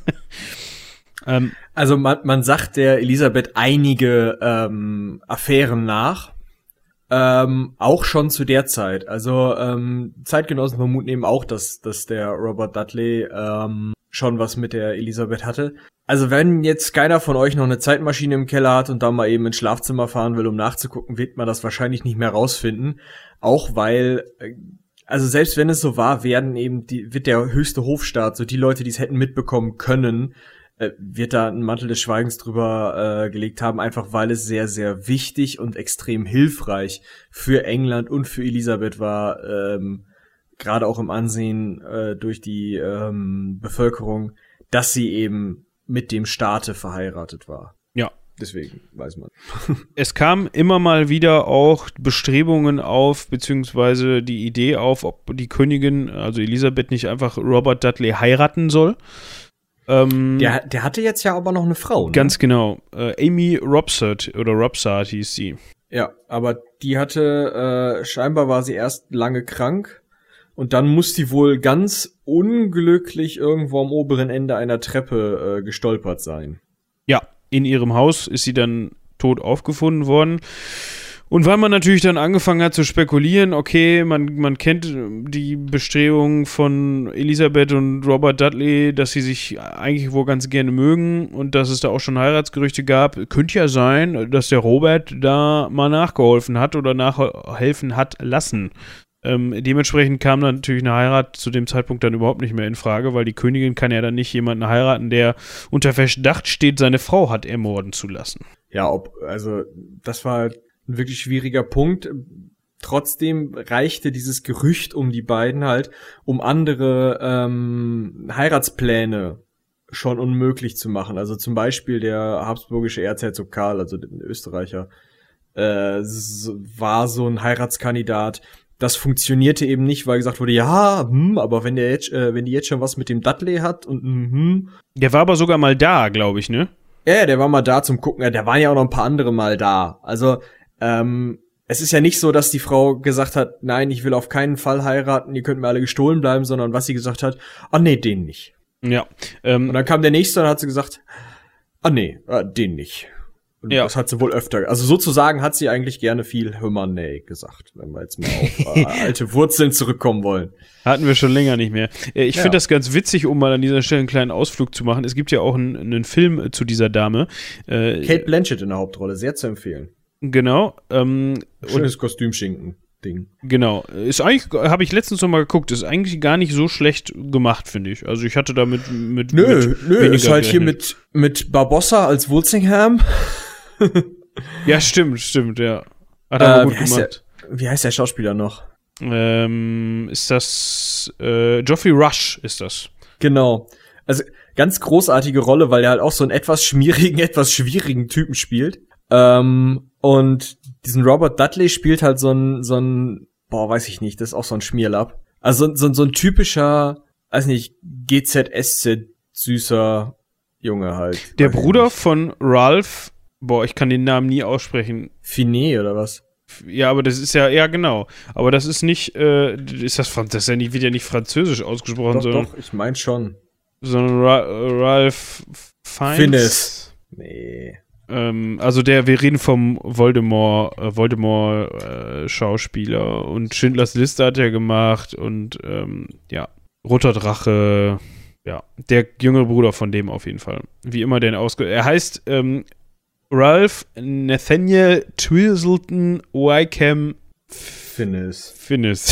ähm, also man, man sagt der Elisabeth einige ähm, Affären nach, ähm, auch schon zu der Zeit. Also ähm, Zeitgenossen vermuten eben auch, dass, dass der Robert Dudley ähm, schon was mit der Elisabeth hatte. Also wenn jetzt keiner von euch noch eine Zeitmaschine im Keller hat und da mal eben ins Schlafzimmer fahren will, um nachzugucken, wird man das wahrscheinlich nicht mehr rausfinden. Auch weil, also selbst wenn es so war, werden eben die, wird der höchste Hofstaat, so die Leute, die es hätten mitbekommen können, äh, wird da einen Mantel des Schweigens drüber äh, gelegt haben, einfach weil es sehr, sehr wichtig und extrem hilfreich für England und für Elisabeth war, ähm, gerade auch im Ansehen äh, durch die ähm, Bevölkerung, dass sie eben mit dem Staate verheiratet war. Ja. Deswegen weiß man. Es kam immer mal wieder auch Bestrebungen auf, beziehungsweise die Idee auf, ob die Königin, also Elisabeth, nicht einfach Robert Dudley heiraten soll. Ähm, der, der hatte jetzt ja aber noch eine Frau, ne? Ganz genau. Äh, Amy Robsart oder Robsart hieß sie. Ja, aber die hatte, äh, scheinbar war sie erst lange krank und dann muss die wohl ganz unglücklich irgendwo am oberen Ende einer Treppe äh, gestolpert sein. Ja, in ihrem Haus ist sie dann tot aufgefunden worden. Und weil man natürlich dann angefangen hat zu spekulieren, okay, man, man kennt die Bestrebungen von Elisabeth und Robert Dudley, dass sie sich eigentlich wohl ganz gerne mögen und dass es da auch schon Heiratsgerüchte gab. Könnte ja sein, dass der Robert da mal nachgeholfen hat oder nachhelfen hat lassen. Ähm, dementsprechend kam dann natürlich eine Heirat zu dem Zeitpunkt dann überhaupt nicht mehr in Frage, weil die Königin kann ja dann nicht jemanden heiraten, der unter Verdacht steht, seine Frau hat ermorden zu lassen. Ja, ob, also das war ein wirklich schwieriger Punkt. Trotzdem reichte dieses Gerücht um die beiden halt, um andere ähm, Heiratspläne schon unmöglich zu machen. Also zum Beispiel der habsburgische Erzherzog Karl, also der Österreicher, äh, war so ein Heiratskandidat, das funktionierte eben nicht, weil gesagt wurde, ja, hm, aber wenn der jetzt, äh, wenn die jetzt schon was mit dem Dudley hat und hm. Der war aber sogar mal da, glaube ich, ne? Ja, der war mal da zum Gucken. Ja, der waren ja auch noch ein paar andere mal da. Also, ähm, es ist ja nicht so, dass die Frau gesagt hat, nein, ich will auf keinen Fall heiraten, ihr könnt mir alle gestohlen bleiben, sondern was sie gesagt hat, ah nee, den nicht. Ja. Ähm, und dann kam der Nächste und hat sie gesagt, ah nee, äh, den nicht. Und ja. Das hat sie wohl öfter. Also sozusagen hat sie eigentlich gerne viel Hör mal nee gesagt, wenn wir jetzt mal auf äh, alte Wurzeln zurückkommen wollen. Hatten wir schon länger nicht mehr. Ich ja. finde das ganz witzig, um mal an dieser Stelle einen kleinen Ausflug zu machen. Es gibt ja auch einen, einen Film zu dieser Dame. Äh, Cate Blanchett in der Hauptrolle, sehr zu empfehlen. Genau. Ähm, Schönes Kostümschinken-Ding. Genau. Ist eigentlich, habe ich letztens noch mal geguckt, ist eigentlich gar nicht so schlecht gemacht, finde ich. Also ich hatte damit mit Nö, mit nö, ist halt gerechnet. hier mit, mit Barbossa als Walsingham. Ja, stimmt, stimmt, ja. Hat er äh, gut wie heißt gemacht. Der, wie heißt der Schauspieler noch? Ähm, ist das äh, Geoffrey Rush ist das. Genau. Also ganz großartige Rolle, weil er halt auch so einen etwas schmierigen, etwas schwierigen Typen spielt. Ähm, und diesen Robert Dudley spielt halt so ein, so ein, boah, weiß ich nicht, das ist auch so ein Schmierlapp. Also so, so ein typischer, weiß nicht, G Z S Z süßer Junge halt. Der Bruder von Ralph, boah, ich kann den Namen nie aussprechen. Finet oder was? Ja, aber das ist ja, ja genau. Aber das ist nicht, äh, ist das, das ist ja nicht, wird ja nicht französisch ausgesprochen, Doch, sondern. doch, ich mein schon. Sondern Ra Ralph Fiennes. Fiennes. Nee. Ähm, also der, wir reden vom Voldemort, äh, Voldemort äh, Schauspieler und Schindlers Liste hat er gemacht und ähm, ja, Roter Drache, ja, der jüngere Bruder von dem auf jeden Fall. Wie immer den ausge... Er heißt ähm, Ralph Nathaniel Twistleton Wykeham Fiennes. Fiennes.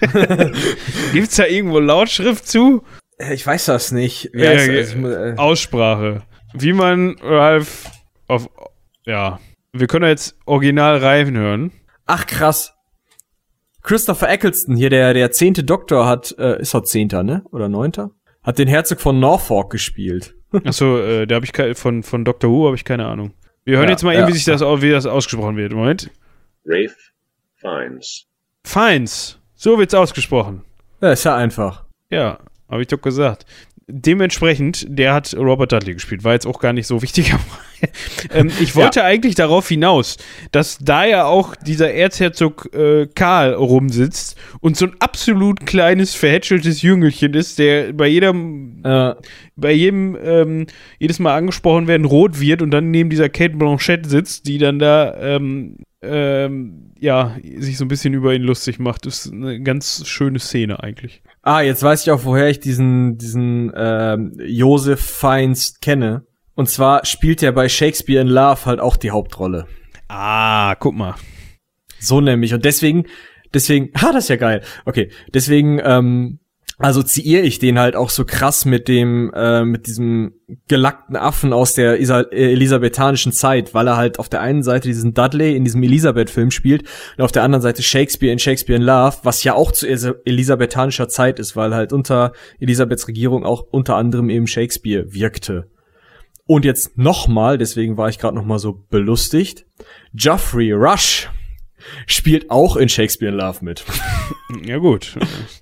Gibt's da irgendwo Lautschrift zu? Ich weiß das nicht. Wie Ja, heißt ja, das? Ich muss, äh Aussprache. Wie man Ralph auf... Ja, wir können jetzt original Reifen hören. Ach, krass. Christopher Eccleston, hier der der zehnte Doktor, hat, äh, ist er zehnter, ne? Oder neunter? Hat den Herzog von Norfolk gespielt. Achso, äh, da habe ich ke- von, von Doctor Who habe ich keine Ahnung. Wir hören Ja, jetzt mal eben, ja. wie sich das, au- wie das ausgesprochen wird. Moment. Rafe Fiennes. Fiennes. So wird's ausgesprochen. Ja, ist ja einfach. Ja, habe ich doch gesagt. Dementsprechend, der hat Robert Dudley gespielt. War jetzt auch gar nicht so wichtig. ähm, ich wollte ja. eigentlich darauf hinaus, dass da ja auch dieser Erzherzog äh, Karl rumsitzt und so ein absolut kleines, verhätscheltes Jüngelchen ist, der bei jedem, Äh. bei jedem, ähm, jedes Mal angesprochen werden, rot wird und dann neben dieser Cate Blanchett sitzt, die dann da, ähm, ähm, ja, sich so ein bisschen über ihn lustig macht. Das ist eine ganz schöne Szene eigentlich. Ah, jetzt weiß ich auch, woher ich diesen diesen ähm, Joseph Fiennes kenne. Und zwar spielt er bei Shakespeare in Love halt auch die Hauptrolle. Ah, guck mal. So nämlich. Und deswegen, deswegen, ah, das ist ja geil. Okay, deswegen ähm, assoziiere ich den halt auch so krass mit dem, äh, mit diesem gelackten Affen aus der Isa- äh, elisabethanischen Zeit, weil er halt auf der einen Seite diesen Dudley in diesem Elisabeth-Film spielt und auf der anderen Seite Shakespeare in Shakespeare in Love, was ja auch zu es- elisabethanischer Zeit ist, weil halt unter Elisabeths Regierung auch unter anderem eben Shakespeare wirkte. Und jetzt nochmal, deswegen war ich gerade nochmal so belustigt, Geoffrey Rush spielt auch in Shakespeare in Love mit. Ja gut.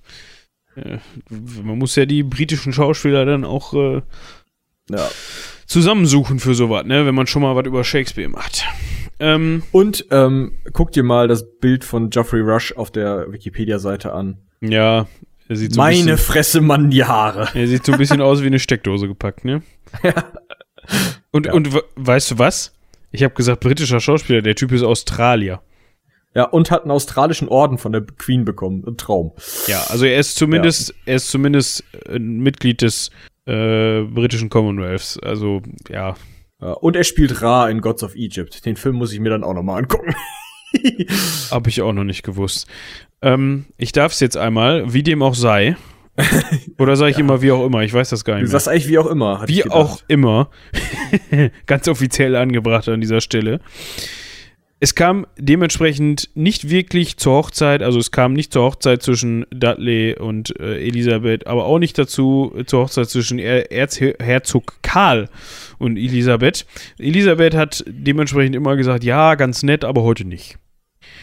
Man muss ja die britischen Schauspieler dann auch äh, Ja. zusammensuchen für sowas, ne, wenn man schon mal was über Shakespeare macht. Ähm, Und ähm, guck dir mal das Bild von Geoffrey Rush auf der Wikipedia-Seite an. ja, er sieht so ein Meine bisschen, Fresse, Mann, die Haare. er sieht so ein bisschen aus wie eine Steckdose gepackt, ne? Und, Ja. und we- weißt du was? Ich habe gesagt, britischer Schauspieler, der Typ ist Australier. Ja, und hat einen australischen Orden von der Queen bekommen. Ein Traum. Ja, also er ist zumindest, er ist zumindest ein Mitglied des äh, britischen Commonwealths. Also, ja. Ja, und er spielt Ra in Gods of Egypt. Den Film muss ich mir dann auch noch mal angucken. Habe ich auch noch nicht gewusst. Ähm, ich darf es jetzt einmal, wie dem auch sei. Oder sage ich Ja. immer, wie auch immer? Ich weiß das gar Du nicht mehr. sagst eigentlich wie auch immer. hatte ich Wie gedacht. auch immer. Ganz offiziell angebracht an dieser Stelle. Es kam dementsprechend nicht wirklich zur Hochzeit, also es kam nicht zur Hochzeit zwischen Dudley und äh, Elisabeth, aber auch nicht dazu äh, zur Hochzeit zwischen er Erzherzog Karl und Elisabeth. Elisabeth hat dementsprechend immer gesagt, ja, ganz nett, aber heute nicht.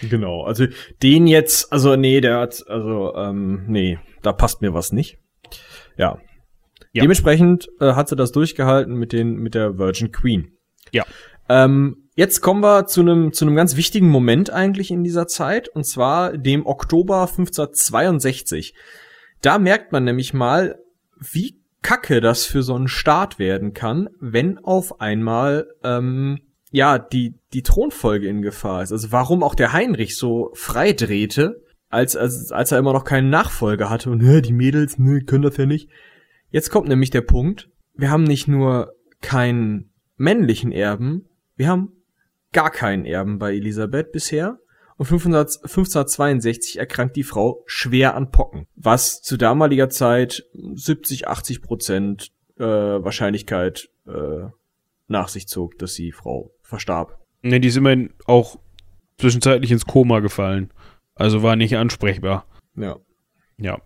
Genau, also den jetzt, also nee, der hat, also ähm, nee, da passt mir was nicht. Ja. ja. Dementsprechend äh, hat sie das durchgehalten mit den mit der Virgin Queen. Ja. Ähm, jetzt kommen wir zu einem zu einem ganz wichtigen Moment eigentlich in dieser Zeit, und zwar dem Oktober fünfzehnhundertzweiundsechzig. Da merkt man nämlich mal, wie kacke das für so einen Staat werden kann, wenn auf einmal ähm, ja die die Thronfolge in Gefahr ist. Also warum auch der Heinrich so frei drehte, als als als er immer noch keinen Nachfolger hatte und hä, die Mädels, ne, können das ja nicht. Jetzt kommt nämlich der Punkt: Wir haben nicht nur keinen männlichen Erben, wir haben gar keinen Erben bei Elisabeth bisher. Und fünfzehnhundertzweiundsechzig erkrankt die Frau schwer an Pocken, was zu damaliger Zeit siebzig, achtzig Prozent äh, Wahrscheinlichkeit äh, nach sich zog, dass die Frau verstarb. Ne, die ist immerhin auch zwischenzeitlich ins Koma gefallen. Also war nicht ansprechbar. Ja. Ja.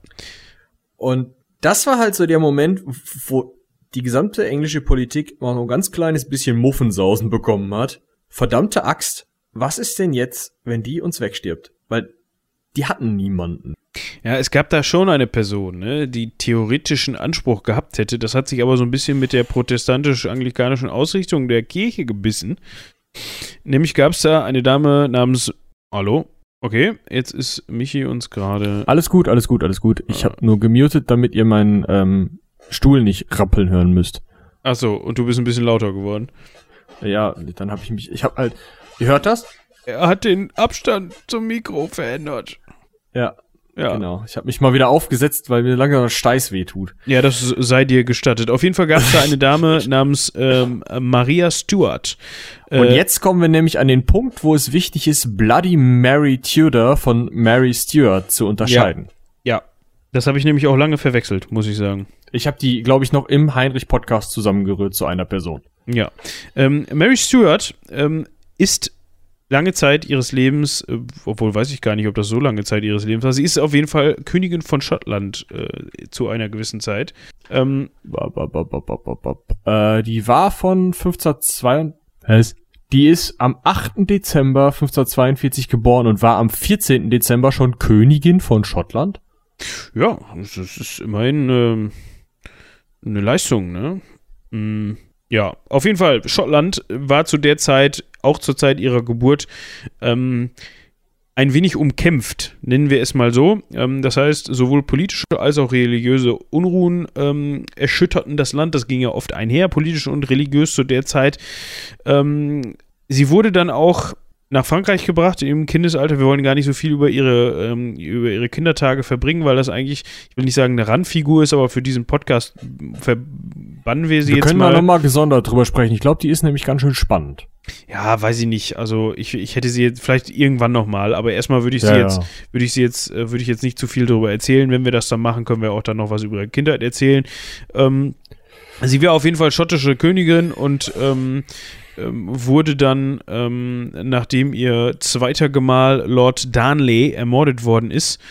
Und das war halt so der Moment, wo die gesamte englische Politik mal so ein ganz kleines bisschen Muffensausen bekommen hat. Verdammte Axt. Was ist denn jetzt, wenn die uns wegstirbt? Weil die hatten niemanden. Ja, es gab da schon eine Person, ne, die theoretischen Anspruch gehabt hätte. Das hat sich aber so ein bisschen mit der protestantisch-anglikanischen Ausrichtung der Kirche gebissen. Nämlich gab es da eine Dame namens... Hallo? Okay, jetzt ist Michi uns gerade... Alles gut, alles gut, alles gut. Ich habe nur gemutet, damit ihr meinen ähm, Stuhl nicht rappeln hören müsst. Ach so, und du bist ein bisschen lauter geworden. Ja, dann habe ich mich... Ich habe halt... Ihr hört das? Er hat den Abstand zum Mikro verändert. Ja, ja. Genau. Ich habe mich mal wieder aufgesetzt, weil mir langsam der Steiß weh tut. Ja, das sei dir gestattet. Auf jeden Fall gab es da eine Dame namens ähm, Maria Stuart. Äh, Und jetzt kommen wir nämlich an den Punkt, wo es wichtig ist, Bloody Mary Tudor von Mary Stuart zu unterscheiden. Ja, ja. Das habe ich nämlich auch lange verwechselt, muss ich sagen. Ich habe die, glaube ich, noch im Heinrich-Podcast zusammengerührt zu einer Person. Ja. Ähm, Mary Stuart ähm, ist lange Zeit ihres Lebens, äh, obwohl weiß ich gar nicht, ob das so lange Zeit ihres Lebens war, sie ist auf jeden Fall Königin von Schottland äh, zu einer gewissen Zeit. Ähm, äh, die war von fünfzehnhundertzweiundvierzig, die ist am achten Dezember fünfzehnhundertzweiundvierzig geboren und war am vierzehnten Dezember schon Königin von Schottland. Ja, das ist immerhin äh, eine Leistung, ne? Mm. Ja, auf jeden Fall, Schottland war zu der Zeit, auch zur Zeit ihrer Geburt, ähm, ein wenig umkämpft, nennen wir es mal so. Ähm, das heißt, sowohl politische als auch religiöse Unruhen ähm, erschütterten das Land. Das ging ja oft einher, politisch und religiös zu der Zeit. Ähm, sie wurde dann auch nach Frankreich gebracht im Kindesalter. Wir wollen gar nicht so viel über ihre, ähm, über ihre Kindertage verbringen, weil das eigentlich, ich will nicht sagen eine Randfigur ist, aber für diesen Podcast verbannen wir sie wir jetzt mal. Wir können da nochmal gesondert drüber sprechen. Ich glaube, die ist nämlich ganz schön spannend. Ja, weiß ich nicht. Also ich, ich hätte sie jetzt vielleicht irgendwann nochmal, aber erstmal würde ich sie ja, jetzt, ja. würde ich sie jetzt, äh, würde ich jetzt nicht zu viel darüber erzählen. Wenn wir das dann machen, können wir auch dann noch was über ihre Kindheit erzählen. Ähm, sie war auf jeden Fall schottische Königin und ähm, wurde dann, ähm, nachdem ihr zweiter Gemahl Lord Darnley ermordet worden ist,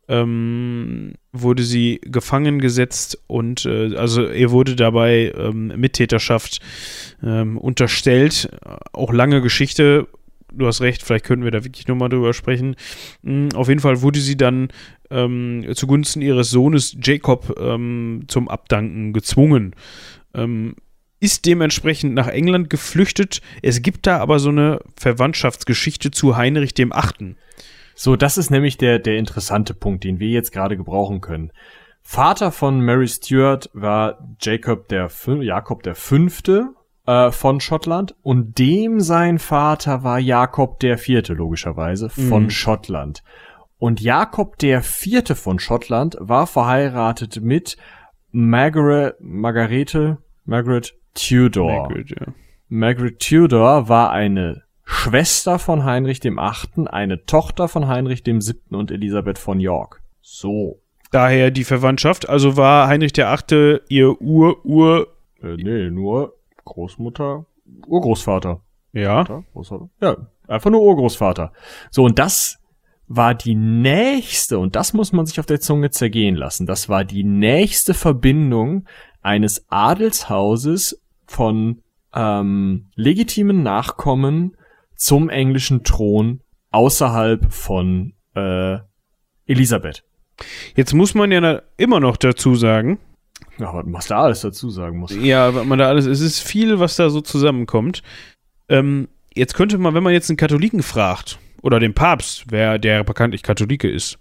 ähm, wurde sie gefangen gesetzt und äh, also ihr wurde dabei ähm, Mittäterschaft ähm, unterstellt. Auch lange Geschichte. Du hast recht, vielleicht könnten wir da wirklich nochmal drüber sprechen. Mhm, auf jeden Fall wurde sie dann ähm, zugunsten ihres Sohnes Jacob ähm, zum Abdanken gezwungen. Ähm, ist dementsprechend nach England geflüchtet. Es gibt da aber so eine Verwandtschaftsgeschichte zu Heinrich dem Achten. So, das ist nämlich der, der interessante Punkt, den wir jetzt gerade gebrauchen können. Vater von Mary Stuart war Jacob der, Jakob der Fünfte äh, von Schottland und dem sein Vater war Jakob der Vierte, logischerweise, von mhm. Schottland. Und Jakob der Vierte von Schottland war verheiratet mit Margaret, Margarete, Margaret Tudor. Margaret, ja. Margaret Tudor war eine Schwester von Heinrich dem Achten, eine Tochter von Heinrich dem Siebten und Elisabeth von York. So. Daher die Verwandtschaft. Also war Heinrich der Achte ihr Ur, Ur... Äh, nee, nur Großmutter, Urgroßvater. Ja. Vater, Großvater? Ja, einfach nur Urgroßvater. So, und das war die nächste, und das muss man sich auf der Zunge zergehen lassen, das war die nächste Verbindung eines Adelshauses von ähm, legitimen Nachkommen zum englischen Thron außerhalb von äh, Elisabeth. Jetzt muss man ja na- immer noch dazu sagen, Ja, was da alles dazu sagen muss. ja, was man da alles, es ist viel, was da so zusammenkommt. Ähm, jetzt könnte man, wenn man jetzt einen Katholiken fragt, oder den Papst, wer der bekanntlich Katholike ist,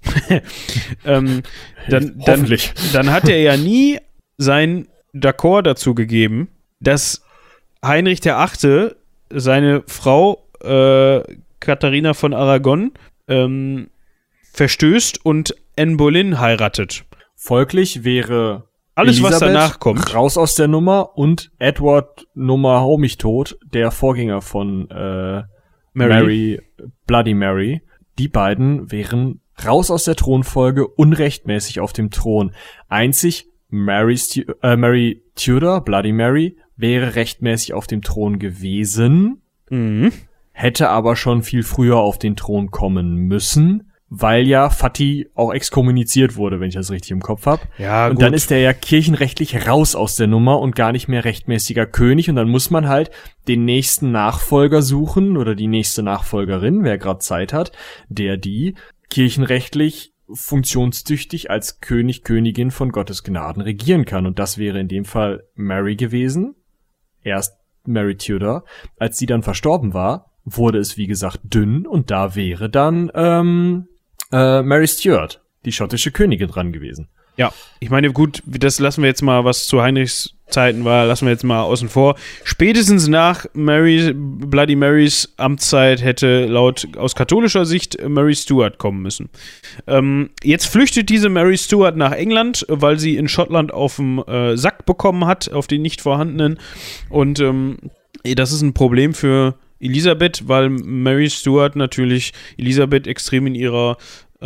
ähm, dann, dann, Hoffentlich. dann hat er ja nie sein D'accord dazu gegeben, dass Heinrich der Achte seine Frau äh, Katharina von Aragon ähm, verstößt und Anne Boleyn heiratet. Folglich wäre Alles, was Elisabeth danach kommt. raus aus der Nummer und Edward Nummer hau mich tot, der Vorgänger von äh, Mary. Mary, Bloody Mary. Die beiden wären raus aus der Thronfolge, unrechtmäßig auf dem Thron. Einzig Mary, Stu- äh, Mary Tudor, Bloody Mary, wäre rechtmäßig auf dem Thron gewesen, Mhm. hätte aber schon viel früher auf den Thron kommen müssen, weil ja Fatih auch exkommuniziert wurde, wenn ich das richtig im Kopf habe. Ja, Und gut. dann ist er ja kirchenrechtlich raus aus der Nummer und gar nicht mehr rechtmäßiger König. Und dann muss man halt den nächsten Nachfolger suchen oder die nächste Nachfolgerin, wer gerade Zeit hat, der die kirchenrechtlich funktionstüchtig als König, Königin von Gottes Gnaden regieren kann. Und das wäre in dem Fall Mary gewesen. Erst Mary Tudor. Als sie dann verstorben war, wurde es, wie gesagt, dünn. Und da wäre dann ähm, äh, Mary Stuart, die schottische Königin, dran gewesen. Ja, ich meine, gut, das lassen wir jetzt mal, was zu Heinrichs Zeiten war, lassen wir jetzt mal außen vor. Spätestens nach Mary, Bloody Marys Amtszeit hätte laut aus katholischer Sicht Mary Stuart kommen müssen. Ähm, jetzt flüchtet diese Mary Stuart nach England, weil sie in Schottland auf dem äh, Sack bekommen hat, auf den nicht vorhandenen. Und ähm, das ist ein Problem für Elisabeth, weil Mary Stuart natürlich Elisabeth extrem in ihrer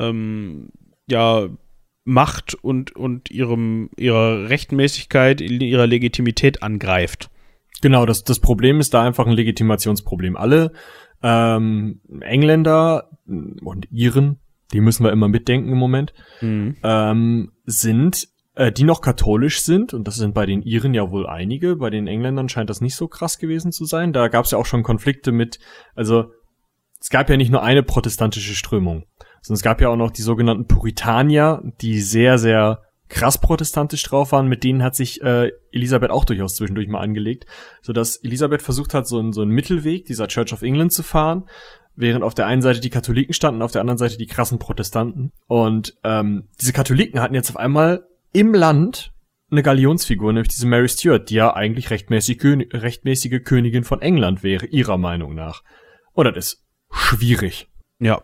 ähm, ja Macht und, und ihrem, ihrer Rechtmäßigkeit, ihrer Legitimität angreift. Genau, das, das Problem ist da einfach ein Legitimationsproblem. Alle ähm, Engländer und Iren, die müssen wir immer mitdenken im Moment, Mhm. ähm, sind, äh, die noch katholisch sind, und das sind bei den Iren ja wohl einige, bei den Engländern scheint das nicht so krass gewesen zu sein. Da gab es ja auch schon Konflikte mit, also es gab ja nicht nur eine protestantische Strömung, sondern es gab ja auch noch die sogenannten Puritanier, die sehr, sehr krass protestantisch drauf waren. Mit denen hat sich äh, Elisabeth auch durchaus zwischendurch mal angelegt, sodass Elisabeth versucht hat, so einen, so einen Mittelweg dieser Church of England zu fahren, während auf der einen Seite die Katholiken standen, auf der anderen Seite die krassen Protestanten. Und ähm, diese Katholiken hatten jetzt auf einmal im Land eine Galionsfigur, nämlich diese Mary Stuart, die ja eigentlich rechtmäßig König, rechtmäßige Königin von England wäre, ihrer Meinung nach. Und das ist schwierig. Ja.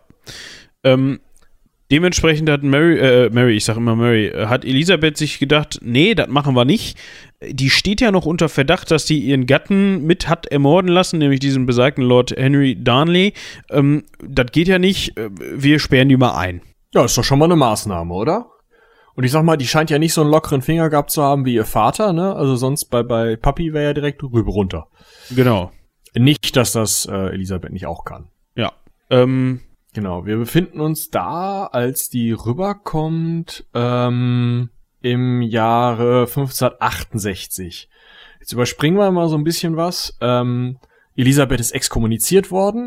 Ähm, dementsprechend hat Mary, äh, Mary, ich sag immer Mary, äh, hat Elisabeth sich gedacht, nee, das machen wir nicht. Die steht ja noch unter Verdacht, dass die ihren Gatten mit hat ermorden lassen, nämlich diesen besagten Lord Henry Darnley. Ähm, das geht ja nicht, äh, wir sperren die mal ein. Ja, ist doch schon mal eine Maßnahme, oder? Und ich sag mal, die scheint ja nicht so einen lockeren Finger gehabt zu haben wie ihr Vater, ne? Also sonst bei, bei Papi wäre ja direkt rüber runter. Genau. Nicht, dass das äh, Elisabeth nicht auch kann. Ja. Ähm, Genau, wir befinden uns da, als die rüberkommt, ähm, im Jahre fünfzehnhundertachtundsechzig. Jetzt überspringen wir mal so ein bisschen was. Ähm, Elisabeth ist exkommuniziert worden,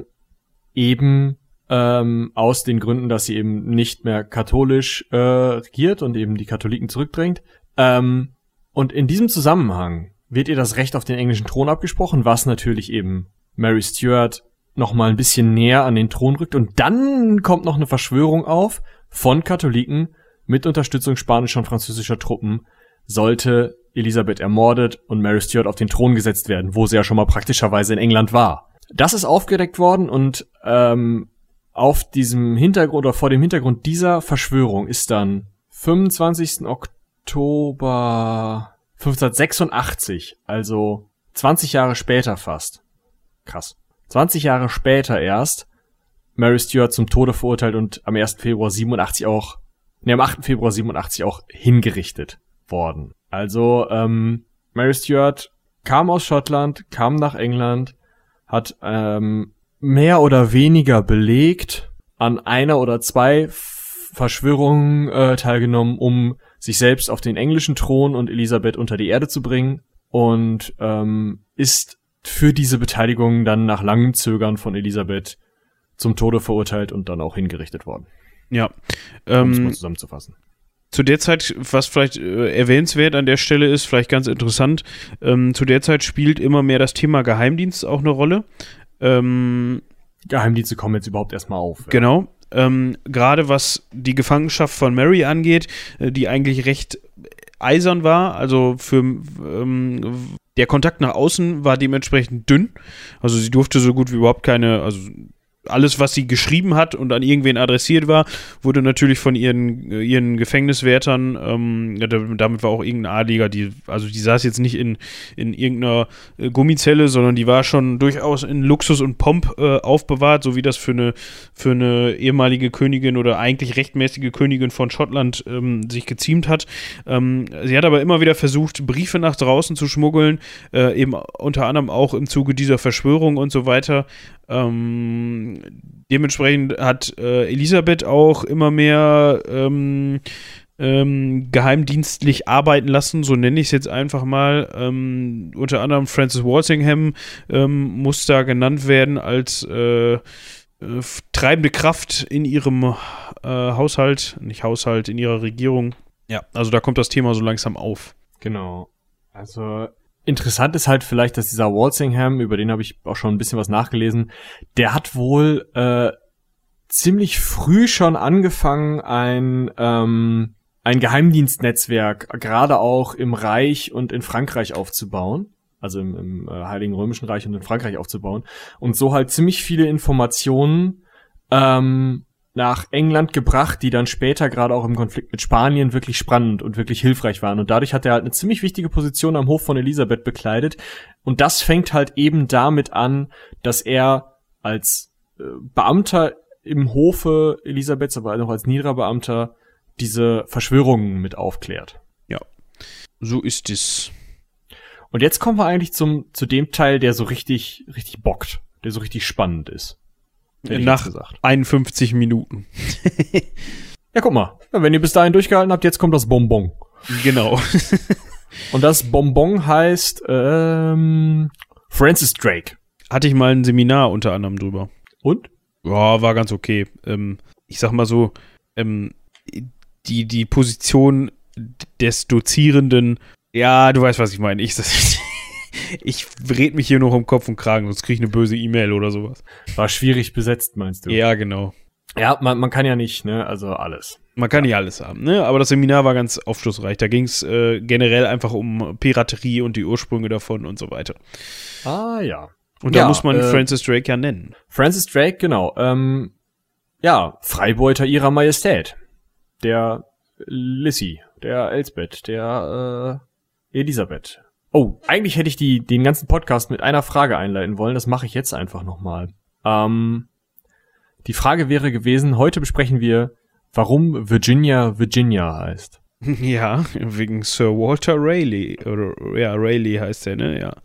eben ähm, aus den Gründen, dass sie eben nicht mehr katholisch äh, regiert und eben die Katholiken zurückdrängt. Ähm, und in diesem Zusammenhang wird ihr das Recht auf den englischen Thron abgesprochen, was natürlich eben Mary Stuart noch mal ein bisschen näher an den Thron rückt. Und dann kommt noch eine Verschwörung auf von Katholiken mit Unterstützung spanischer und französischer Truppen, sollte Elisabeth ermordet und Mary Stuart auf den Thron gesetzt werden, wo sie ja schon mal praktischerweise in England war. Das ist aufgedeckt worden und ähm, auf diesem Hintergrund oder vor dem Hintergrund dieser Verschwörung ist dann fünfundzwanzigsten Oktober fünfzehnhundertsechsundachtzig, also zwanzig Jahre später fast. Krass. zwanzig Jahre später erst Mary Stuart zum Tode verurteilt und am ersten Februar siebenundachtzig auch, ne, am achten Februar siebenundachtzig auch hingerichtet worden. Also, ähm, Mary Stuart kam aus Schottland, kam nach England, hat ähm, mehr oder weniger belegt an einer oder zwei Verschwörungen äh, teilgenommen, um sich selbst auf den englischen Thron und Elisabeth unter die Erde zu bringen und ähm, ist für diese Beteiligung dann nach langem Zögern von Elisabeth zum Tode verurteilt und dann auch hingerichtet worden. Ja. Um es Ähm, mal zusammenzufassen. Zu der Zeit, was vielleicht äh, erwähnenswert an der Stelle ist, vielleicht ganz interessant, ähm, zu der Zeit spielt immer mehr das Thema Geheimdienst auch eine Rolle. Ähm, Geheimdienste kommen jetzt überhaupt erstmal auf. Ja. Genau. Ähm, gerade was die Gefangenschaft von Mary angeht, äh, die eigentlich recht eisern war, also für ähm, der Kontakt nach außen war dementsprechend dünn. Also sie durfte so gut wie überhaupt keine, also alles, was sie geschrieben hat und an irgendwen adressiert war, wurde natürlich von ihren, ihren Gefängniswärtern, ähm, ja, damit war auch irgendein Adliger, die, also die saß jetzt nicht in, in irgendeiner äh, Gummizelle, sondern die war schon durchaus in Luxus und Pomp äh, aufbewahrt, so wie das für eine, für eine ehemalige Königin oder eigentlich rechtmäßige Königin von Schottland ähm, sich geziemt hat. Ähm, sie hat aber immer wieder versucht, Briefe nach draußen zu schmuggeln, äh, eben unter anderem auch im Zuge dieser Verschwörung und so weiter. Ähm, dementsprechend hat äh, Elisabeth auch immer mehr ähm, ähm, geheimdienstlich arbeiten lassen, so nenne ich es jetzt einfach mal. Ähm, unter anderem Francis Walsingham ähm, muss da genannt werden als äh, äh, treibende Kraft in ihrem äh, Haushalt, nicht Haushalt, in ihrer Regierung. Ja, also da kommt das Thema so langsam auf. Genau. Also interessant ist halt vielleicht, dass dieser Walsingham, über den habe ich auch schon ein bisschen was nachgelesen, der hat wohl äh, ziemlich früh schon angefangen, ein ähm, ein Geheimdienstnetzwerk gerade auch im Reich und in Frankreich aufzubauen, also im, im äh, Heiligen Römischen Reich und in Frankreich aufzubauen und so halt ziemlich viele Informationen ähm, nach England gebracht, die dann später gerade auch im Konflikt mit Spanien wirklich spannend und wirklich hilfreich waren. Und dadurch hat er halt eine ziemlich wichtige Position am Hof von Elisabeth bekleidet. Und das fängt halt eben damit an, dass er als äh, Beamter im Hofe Elisabeths, aber auch als niederer Beamter, diese Verschwörungen mit aufklärt. Ja, so ist es. Und jetzt kommen wir eigentlich zum zu dem Teil, der so richtig richtig bockt, der so richtig spannend ist. Nach einundfünfzig Minuten. Ja, guck mal. Wenn ihr bis dahin durchgehalten habt, jetzt kommt das Bonbon. Genau. Und das Bonbon heißt ähm, Francis Drake. Hatte ich mal ein Seminar unter anderem drüber. Und? Ja, war ganz okay. Ähm, ich sag mal so, ähm, die, die Position des Dozierenden, ja, du weißt, was ich meine. Ich, ich red mich hier noch um Kopf und Kragen, sonst krieg ich eine böse E-Mail oder sowas. War schwierig besetzt, meinst du? Ja, genau. Ja, man, man kann ja nicht, ne, also alles. Man kann ja. nicht alles haben, ne, aber das Seminar war ganz aufschlussreich. Da ging es äh, generell einfach um Piraterie und die Ursprünge davon und so weiter. Ah, ja. Und da ja, muss man äh, Francis Drake ja nennen. Francis Drake, genau. Ähm, ja, Freibeuter ihrer Majestät. Der Lissy, der Elsbeth, der äh, Elisabeth. Oh, eigentlich hätte ich die den ganzen Podcast mit einer Frage einleiten wollen. Das mache ich jetzt einfach nochmal. Ähm, die Frage wäre gewesen, heute besprechen wir, warum Virginia Virginia heißt. Ja, wegen Sir Walter Raleigh. Oder, ja, Raleigh heißt der, ne? Ja.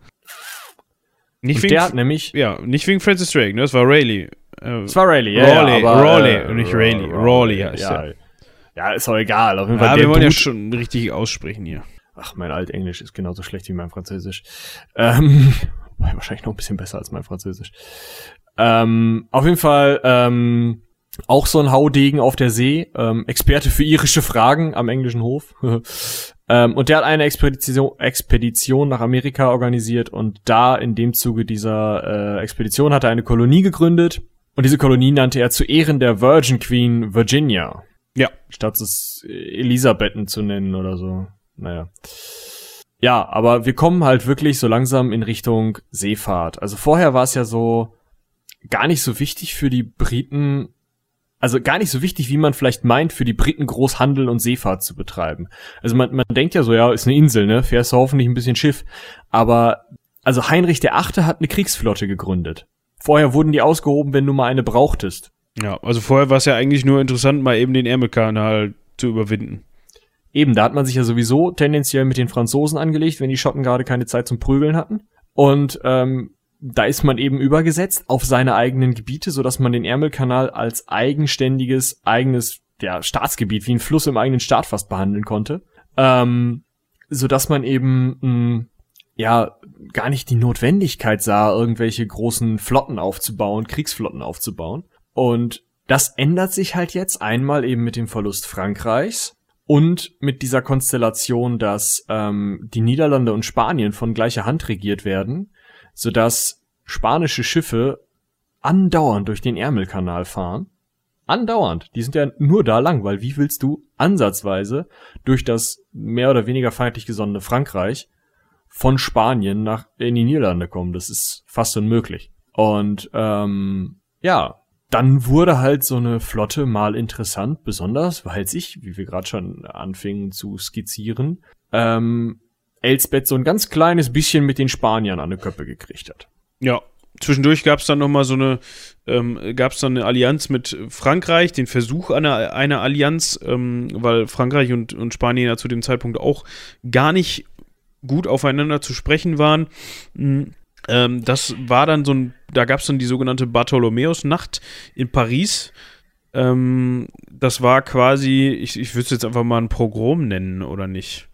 Nicht Und wegen, der hat nämlich... Ja, nicht wegen Francis Drake, ne? Das war Raleigh. Äh, Es war Raleigh, ja, Raleigh, ja, aber, Raleigh, äh, nicht Raleigh. Raleigh, Raleigh heißt ja. der. Ja, ist auch egal. Auf jeden Fall Ja, der wir wollen ja Dude- schon richtig aussprechen hier. Ach, mein Altenglisch ist genauso schlecht wie mein Französisch. Ähm, wahrscheinlich noch ein bisschen besser als mein Französisch. Ähm, auf jeden Fall ähm, auch so ein Haudegen auf der See, ähm, Experte für irische Fragen am englischen Hof. ähm, und der hat eine Expedition, Expedition nach Amerika organisiert und da in dem Zuge dieser äh, Expedition hat er eine Kolonie gegründet und diese Kolonie nannte er zu Ehren der Virgin Queen Virginia. Ja. Statt es Elisabethen zu nennen oder so. Naja. Ja, aber wir kommen halt wirklich so langsam in Richtung Seefahrt. Also vorher war es ja so gar nicht so wichtig für die Briten, also gar nicht so wichtig, wie man vielleicht meint, für die Briten Großhandel und Seefahrt zu betreiben. Also man, man denkt ja so, ja, ist eine Insel, ne? Fährst du hoffentlich ein bisschen Schiff. Aber, also Heinrich der Achte hat eine Kriegsflotte gegründet. Vorher wurden die ausgehoben, wenn du mal eine brauchtest. Ja, also vorher war es ja eigentlich nur interessant, mal eben den Ärmelkanal zu überwinden. Eben, da hat man sich ja sowieso tendenziell mit den Franzosen angelegt, wenn die Schotten gerade keine Zeit zum Prügeln hatten. Und ähm, da ist man eben übergesetzt auf seine eigenen Gebiete, sodass man den Ärmelkanal als eigenständiges, eigenes ja, Staatsgebiet, wie ein Fluss im eigenen Staat fast behandeln konnte. Ähm, sodass man eben mh, ja gar nicht die Notwendigkeit sah, irgendwelche großen Flotten aufzubauen, Kriegsflotten aufzubauen. Und das ändert sich halt jetzt einmal eben mit dem Verlust Frankreichs und mit dieser Konstellation, dass ähm, die Niederlande und Spanien von gleicher Hand regiert werden, sodass spanische Schiffe andauernd durch den Ärmelkanal fahren. Andauernd. Die sind ja nur da lang, weil wie willst du ansatzweise durch das mehr oder weniger feindlich gesonnene Frankreich von Spanien nach in die Niederlande kommen? Das ist fast unmöglich. Und ähm, ja, dann wurde halt so eine Flotte mal interessant, besonders, weil sich, wie wir gerade schon anfingen zu skizzieren, ähm, Elsbeth so ein ganz kleines bisschen mit den Spaniern an die Köppe gekriegt hat. Ja, zwischendurch gab es dann nochmal so eine, ähm, gab es dann eine Allianz mit Frankreich, den Versuch einer, einer Allianz, ähm, weil Frankreich und, und Spanien ja zu dem Zeitpunkt auch gar nicht gut aufeinander zu sprechen waren. Mhm. Ähm, das war dann so ein, da gab es dann die sogenannte Bartholomäusnacht in Paris. Ähm, das war quasi, ich, ich würde es jetzt einfach mal ein Pogrom nennen, oder nicht?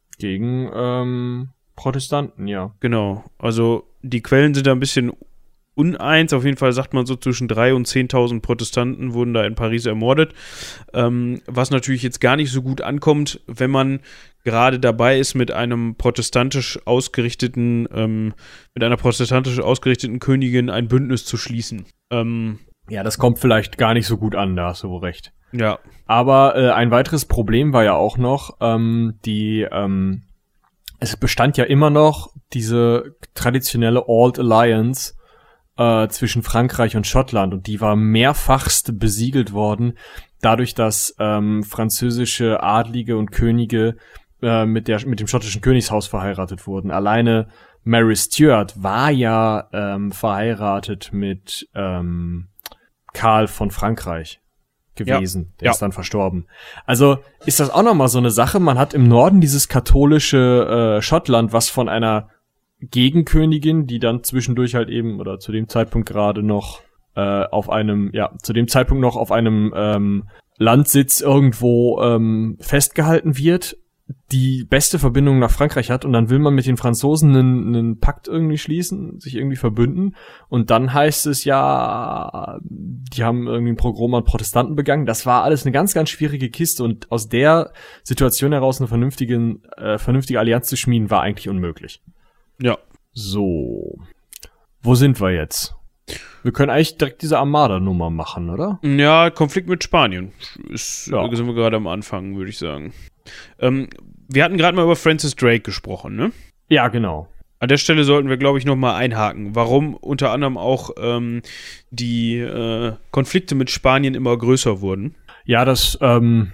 Gegen ähm, Protestanten, ja. Genau, also die Quellen sind da ein bisschen uneins. Auf jeden Fall sagt man so, zwischen dreitausend und zehntausend Protestanten wurden da in Paris ermordet. Ähm, was natürlich jetzt gar nicht so gut ankommt, wenn man gerade dabei ist, mit einem protestantisch ausgerichteten, ähm, mit einer protestantisch ausgerichteten Königin ein Bündnis zu schließen. Ähm, ja, das kommt vielleicht gar nicht so gut an, da hast du wohl recht. Ja. Aber äh, ein weiteres Problem war ja auch noch, ähm, die, ähm, es bestand ja immer noch diese traditionelle Old Alliance äh, zwischen Frankreich und Schottland, und die war mehrfachst besiegelt worden, dadurch, dass ähm, französische Adlige und Könige äh, mit der mit dem schottischen Königshaus verheiratet wurden. Alleine Mary Stuart war ja ähm, verheiratet mit ähm, Karl von Frankreich gewesen. Ja. Der ja. ist dann verstorben. Also ist das auch nochmal so eine Sache. Man hat im Norden dieses katholische äh, Schottland, was von einer Gegenkönigin, die dann zwischendurch halt eben, oder zu dem Zeitpunkt gerade noch äh, auf einem, ja, zu dem Zeitpunkt noch auf einem ähm, Landsitz irgendwo ähm, festgehalten wird, die beste Verbindung nach Frankreich hat, und dann will man mit den Franzosen einen, einen Pakt irgendwie schließen, sich irgendwie verbünden, und dann heißt es ja, die haben irgendwie ein Pogrom an Protestanten begangen. Das war alles eine ganz, ganz schwierige Kiste, und aus der Situation heraus eine vernünftige, äh, vernünftige Allianz zu schmieden, war eigentlich unmöglich. Ja. So. Wo sind wir jetzt? Wir können eigentlich direkt diese Armada-Nummer machen, oder? Ja, Konflikt mit Spanien. Ist, ja. Sind wir gerade am Anfang, würde ich sagen. Ähm, wir hatten gerade mal über Francis Drake gesprochen, ne? Ja, genau. An der Stelle sollten wir, glaube ich, nochmal einhaken, warum unter anderem auch ähm, die äh, Konflikte mit Spanien immer größer wurden. Ja, das ähm,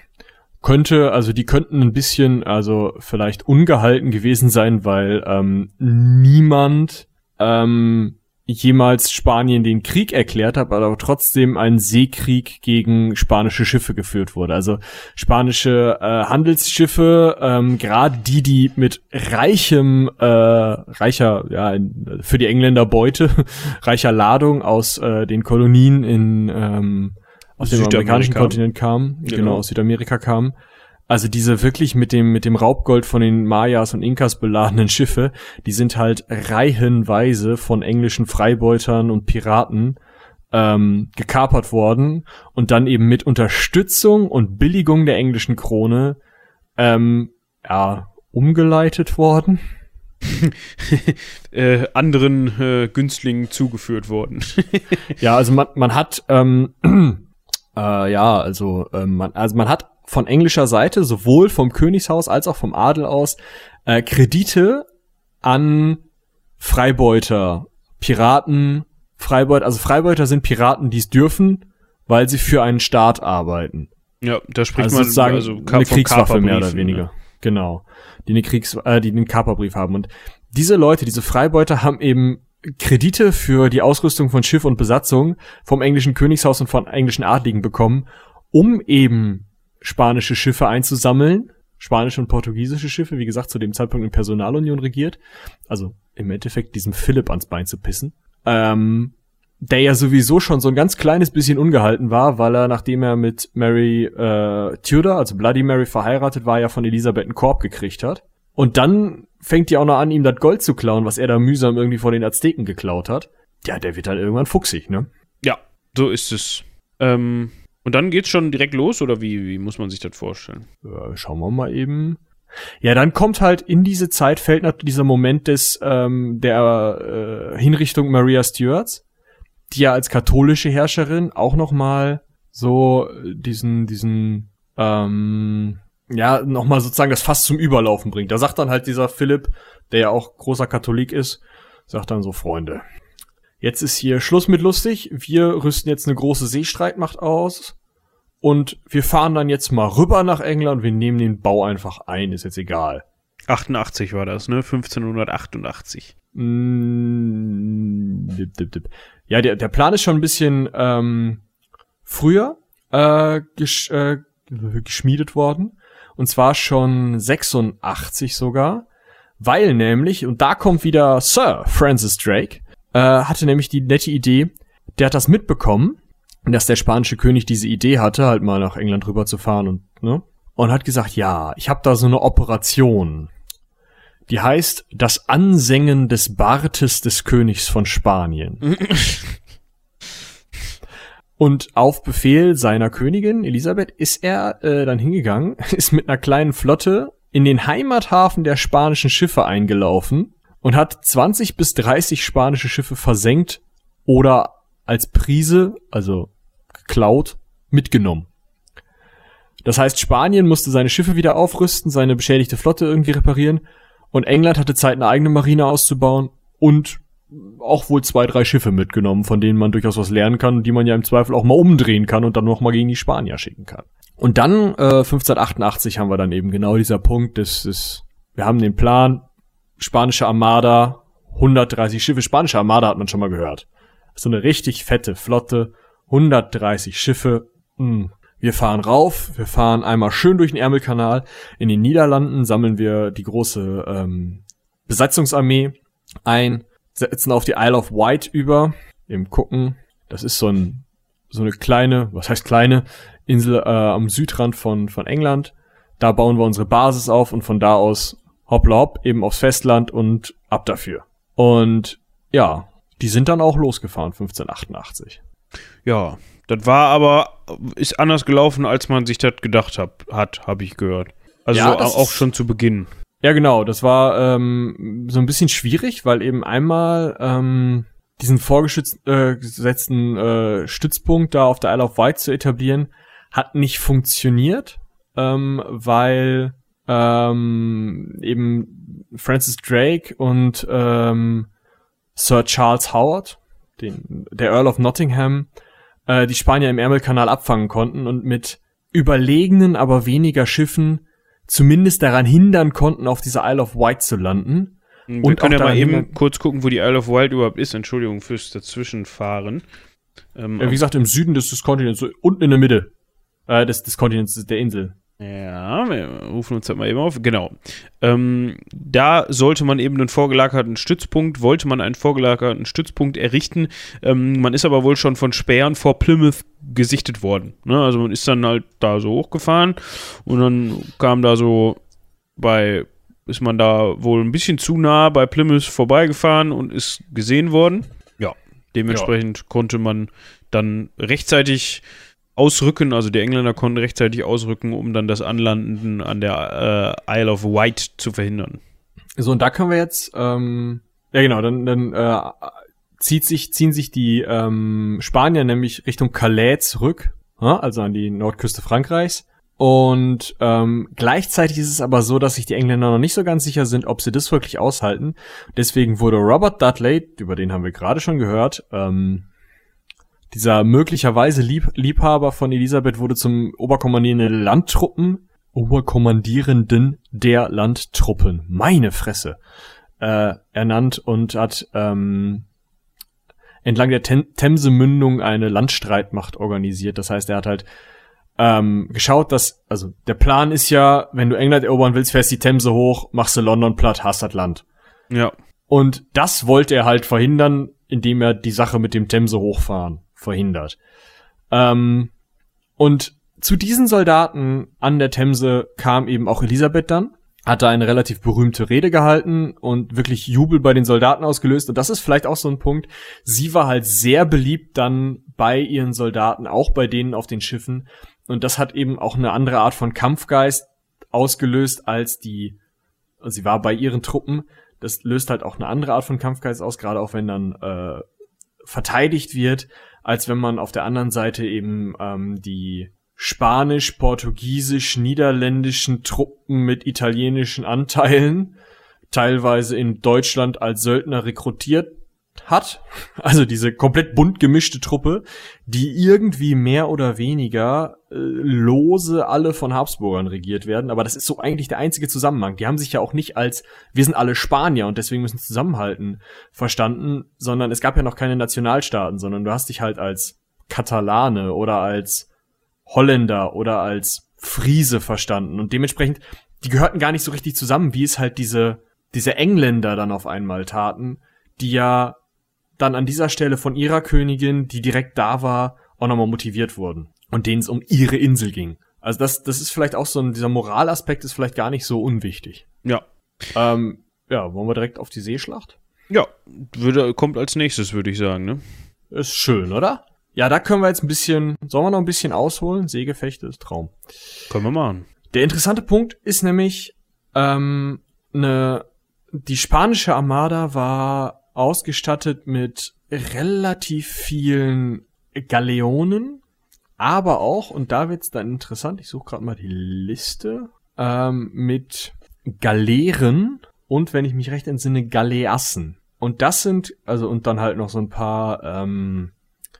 könnte, also die könnten ein bisschen, also vielleicht ungehalten gewesen sein, weil ähm, niemand ähm, jemals Spanien den Krieg erklärt hat, aber trotzdem ein Seekrieg gegen spanische Schiffe geführt wurde. Also spanische äh, Handelsschiffe, ähm, gerade die, die mit reichem, äh, reicher, ja, für die Engländer Beute, reicher Ladung aus äh, den Kolonien in ähm, aus dem amerikanischen Kontinent kamen, genau. genau, aus Südamerika kamen. Also diese wirklich mit dem mit dem Raubgold von den Mayas und Inkas beladenen Schiffe, die sind halt reihenweise von englischen Freibeutern und Piraten ähm, gekapert worden und dann eben mit Unterstützung und Billigung der englischen Krone ähm, ja umgeleitet worden. äh, anderen äh, Günstlingen zugeführt worden. Ja, also man man hat ähm, äh, ja also äh, man also man hat von englischer Seite, sowohl vom Königshaus als auch vom Adel aus, äh, Kredite an Freibeuter, Piraten, Freibeuter, also Freibeuter sind Piraten, die es dürfen, weil sie für einen Staat arbeiten. Ja, da spricht also man sozusagen also eine Kriegswaffe mehr oder weniger. Ja. Genau. Die eine Kriegs äh, die einen Kaperbrief haben. Und diese Leute, diese Freibeuter haben eben Kredite für die Ausrüstung von Schiff und Besatzung vom englischen Königshaus und von englischen Adligen bekommen, um eben spanische Schiffe einzusammeln, spanische und portugiesische Schiffe, wie gesagt, zu dem Zeitpunkt in Personalunion regiert, also im Endeffekt diesem Philipp ans Bein zu pissen, ähm, der ja sowieso schon so ein ganz kleines bisschen ungehalten war, weil er, nachdem er mit Mary äh, Tudor, also Bloody Mary, verheiratet war, ja von Elisabeth einen Korb gekriegt hat. Und dann fängt die auch noch an, ihm das Gold zu klauen, was er da mühsam irgendwie vor den Azteken geklaut hat. Ja, der wird halt irgendwann fuchsig, ne? Ja. So ist es. Ähm, und dann geht's schon direkt los, oder wie, wie muss man sich das vorstellen? Ja, schauen wir mal eben. Ja, dann kommt halt in diese Zeit, fällt natürlich dieser Moment des ähm, der äh, Hinrichtung Maria Stuarts, die ja als katholische Herrscherin auch nochmal so diesen, diesen, ähm, ja, nochmal sozusagen das Fass zum Überlaufen bringt. Da sagt dann halt dieser Philipp, der ja auch großer Katholik ist, sagt dann so, Freunde, jetzt ist hier Schluss mit lustig, wir rüsten jetzt eine große Seestreitmacht aus und wir fahren dann jetzt mal rüber nach England, wir nehmen den Bau einfach ein, ist jetzt egal. achtundachtzig war das, ne? fünfzehnhundertachtundachtzig. Mm, dip, dip, dip. Ja, der, der Plan ist schon ein bisschen ähm, früher äh, gesch äh, geschmiedet worden. Und zwar schon sechsundachtzig sogar. Weil nämlich, und da kommt wieder Sir Francis Drake, äh, hatte nämlich die nette Idee, der hat das mitbekommen, dass der spanische König diese Idee hatte, halt mal nach England rüber zu fahren und, ne? Und hat gesagt, ja, ich habe da so eine Operation. Die heißt das Ansengen des Bartes des Königs von Spanien. Und auf Befehl seiner Königin Elisabeth ist er äh, dann hingegangen, ist mit einer kleinen Flotte in den Heimathafen der spanischen Schiffe eingelaufen und hat zwanzig bis dreißig spanische Schiffe versenkt oder als Prise, also geklaut, mitgenommen. Das heißt, Spanien musste seine Schiffe wieder aufrüsten, seine beschädigte Flotte irgendwie reparieren und England hatte Zeit, eine eigene Marine auszubauen und auch wohl zwei, drei Schiffe mitgenommen, von denen man durchaus was lernen kann und die man ja im Zweifel auch mal umdrehen kann und dann noch mal gegen die Spanier schicken kann. Und dann, äh, fünfzehnhundertachtundachtzig haben wir dann eben genau dieser Punkt, das ist, wir haben den Plan, spanische Armada, hundertdreißig Schiffe, spanische Armada hat man schon mal gehört. So eine richtig fette Flotte, hundertdreißig Schiffe, mh. Wir fahren rauf, wir fahren einmal schön durch den Ärmelkanal, in den Niederlanden sammeln wir die große ähm, Besatzungsarmee ein, setzen auf die Isle of Wight über, eben gucken, das ist so ein so eine kleine, was heißt kleine, Insel äh, am Südrand von von England, da bauen wir unsere Basis auf und von da aus hoppla hopp, eben aufs Festland und ab dafür. Und ja, die sind dann auch losgefahren, fünfzehnhundertachtundachtzig. Ja, das war aber, ist anders gelaufen, als man sich das gedacht hab, hat, habe ich gehört. Also Ja, so, das auch ist- schon zu Beginn. Ja, genau, das war ähm, so ein bisschen schwierig, weil eben einmal ähm, diesen vorgesetzten äh, Stützpunkt da auf der Isle of Wight zu etablieren, hat nicht funktioniert, ähm, weil ähm, eben Francis Drake und ähm, Sir Charles Howard, den, der Earl of Nottingham, äh, die Spanier im Ärmelkanal abfangen konnten und mit überlegenen, aber weniger Schiffen zumindest daran hindern konnten, auf dieser Isle of Wight zu landen. Wir Und können auch ja mal daran eben hindern- kurz gucken, wo die Isle of Wight überhaupt ist. Entschuldigung fürs Dazwischenfahren. Ähm, Ja, wie gesagt, im Süden des, des Kontinents, so unten in der Mitte äh, des, des Kontinents, der Insel. Ja, wir rufen uns das mal eben auf. Genau. Ähm, da sollte man eben einen vorgelagerten Stützpunkt, wollte man einen vorgelagerten Stützpunkt errichten. Ähm, man ist aber wohl schon von Spähern vor Plymouth gesichtet worden. Ne? Also man ist dann halt da so hochgefahren und dann kam da so bei, ist man da wohl ein bisschen zu nah bei Plymouth vorbeigefahren und ist gesehen worden. Ja, dementsprechend konnte man dann rechtzeitig ausrücken, also die Engländer konnten rechtzeitig ausrücken, um dann das Anlanden an der äh, Isle of Wight zu verhindern. So, und da können wir jetzt, ähm, ja genau, dann, dann äh, zieht sich, ziehen sich die ähm, Spanier nämlich Richtung Calais zurück, ja, also an die Nordküste Frankreichs. Und ähm, gleichzeitig ist es aber so, dass sich die Engländer noch nicht so ganz sicher sind, ob sie das wirklich aushalten. Deswegen wurde Robert Dudley, über den haben wir gerade schon gehört, ähm, dieser möglicherweise Lieb- Liebhaber von Elisabeth wurde zum Oberkommandierenden der Landtruppen, Oberkommandierenden der Landtruppen, meine Fresse, äh, ernannt und hat ähm, entlang der Tem- Themse-Mündung eine Landstreitmacht organisiert. Das heißt, er hat halt ähm, geschaut, dass, also der Plan ist ja, wenn du England erobern willst, fährst die Themse hoch, machst du London platt, hast das Land. Ja. Und das wollte er halt verhindern, indem er die Sache mit dem Themse hochfahren verhindert. Ähm, und zu diesen Soldaten an der Themse kam eben auch Elisabeth dann. hat da eine relativ berühmte Rede gehalten und wirklich Jubel bei den Soldaten ausgelöst. Und das ist vielleicht auch so ein Punkt. Sie war halt sehr beliebt dann bei ihren Soldaten, auch bei denen auf den Schiffen. Und das hat eben auch eine andere Art von Kampfgeist ausgelöst als die, also sie war bei ihren Truppen. Das löst halt auch eine andere Art von Kampfgeist aus, gerade auch wenn dann äh, verteidigt wird, als wenn man auf der anderen Seite eben ähm, die spanisch, portugiesisch, niederländischen Truppen mit italienischen Anteilen teilweise in Deutschland als Söldner rekrutiert hat. Also diese komplett bunt gemischte Truppe, die irgendwie mehr oder weniger äh, lose alle von Habsburgern regiert werden. Aber das ist so eigentlich der einzige Zusammenhang. Die haben sich ja auch nicht als, wir sind alle Spanier und deswegen müssen zusammenhalten, verstanden, sondern es gab ja noch keine Nationalstaaten, sondern du hast dich halt als Katalane oder als Holländer oder als Friese verstanden. Und dementsprechend, die gehörten gar nicht so richtig zusammen, wie es halt diese, diese Engländer dann auf einmal taten, die ja dann an dieser Stelle von ihrer Königin, die direkt da war, auch nochmal motiviert wurden. Und denen es um ihre Insel ging. Also das, das ist vielleicht auch so ein, dieser Moralaspekt ist vielleicht gar nicht so unwichtig. Ja. Ähm, ja, wollen wir direkt auf die Seeschlacht? Ja, würde, kommt als nächstes, würde ich sagen, ne? Ist schön, oder? Ja, da können wir jetzt ein bisschen, sollen wir noch ein bisschen ausholen? Seegefechte ist Traum. Können wir machen. Der interessante Punkt ist nämlich, ähm, ne, die spanische Armada war ausgestattet mit relativ vielen Galeonen, aber auch, und da wird's dann interessant, ich suche gerade mal die Liste, ähm, mit Galeeren und, wenn ich mich recht entsinne, Galeassen. Und das sind, also, und dann halt noch so ein paar, ähm,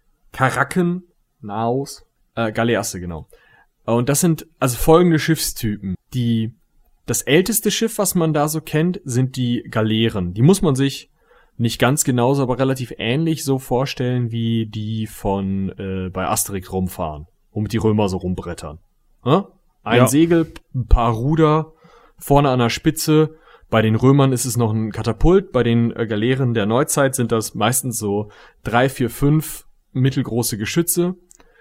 Karaken, Naos, äh, Galeasse, genau. Und das sind also folgende Schiffstypen. Die, das älteste Schiff, was man da so kennt, sind die Galeeren. Die muss man sich nicht ganz genauso, aber relativ ähnlich so vorstellen, wie die von, äh, bei Asterix rumfahren. Womit die Römer so rumbrettern. Hm? Ein Ja. Segel, ein paar Ruder, vorne an der Spitze. Bei den Römern ist es noch ein Katapult. Bei den äh, Galeeren der Neuzeit sind das meistens so drei, vier, fünf mittelgroße Geschütze,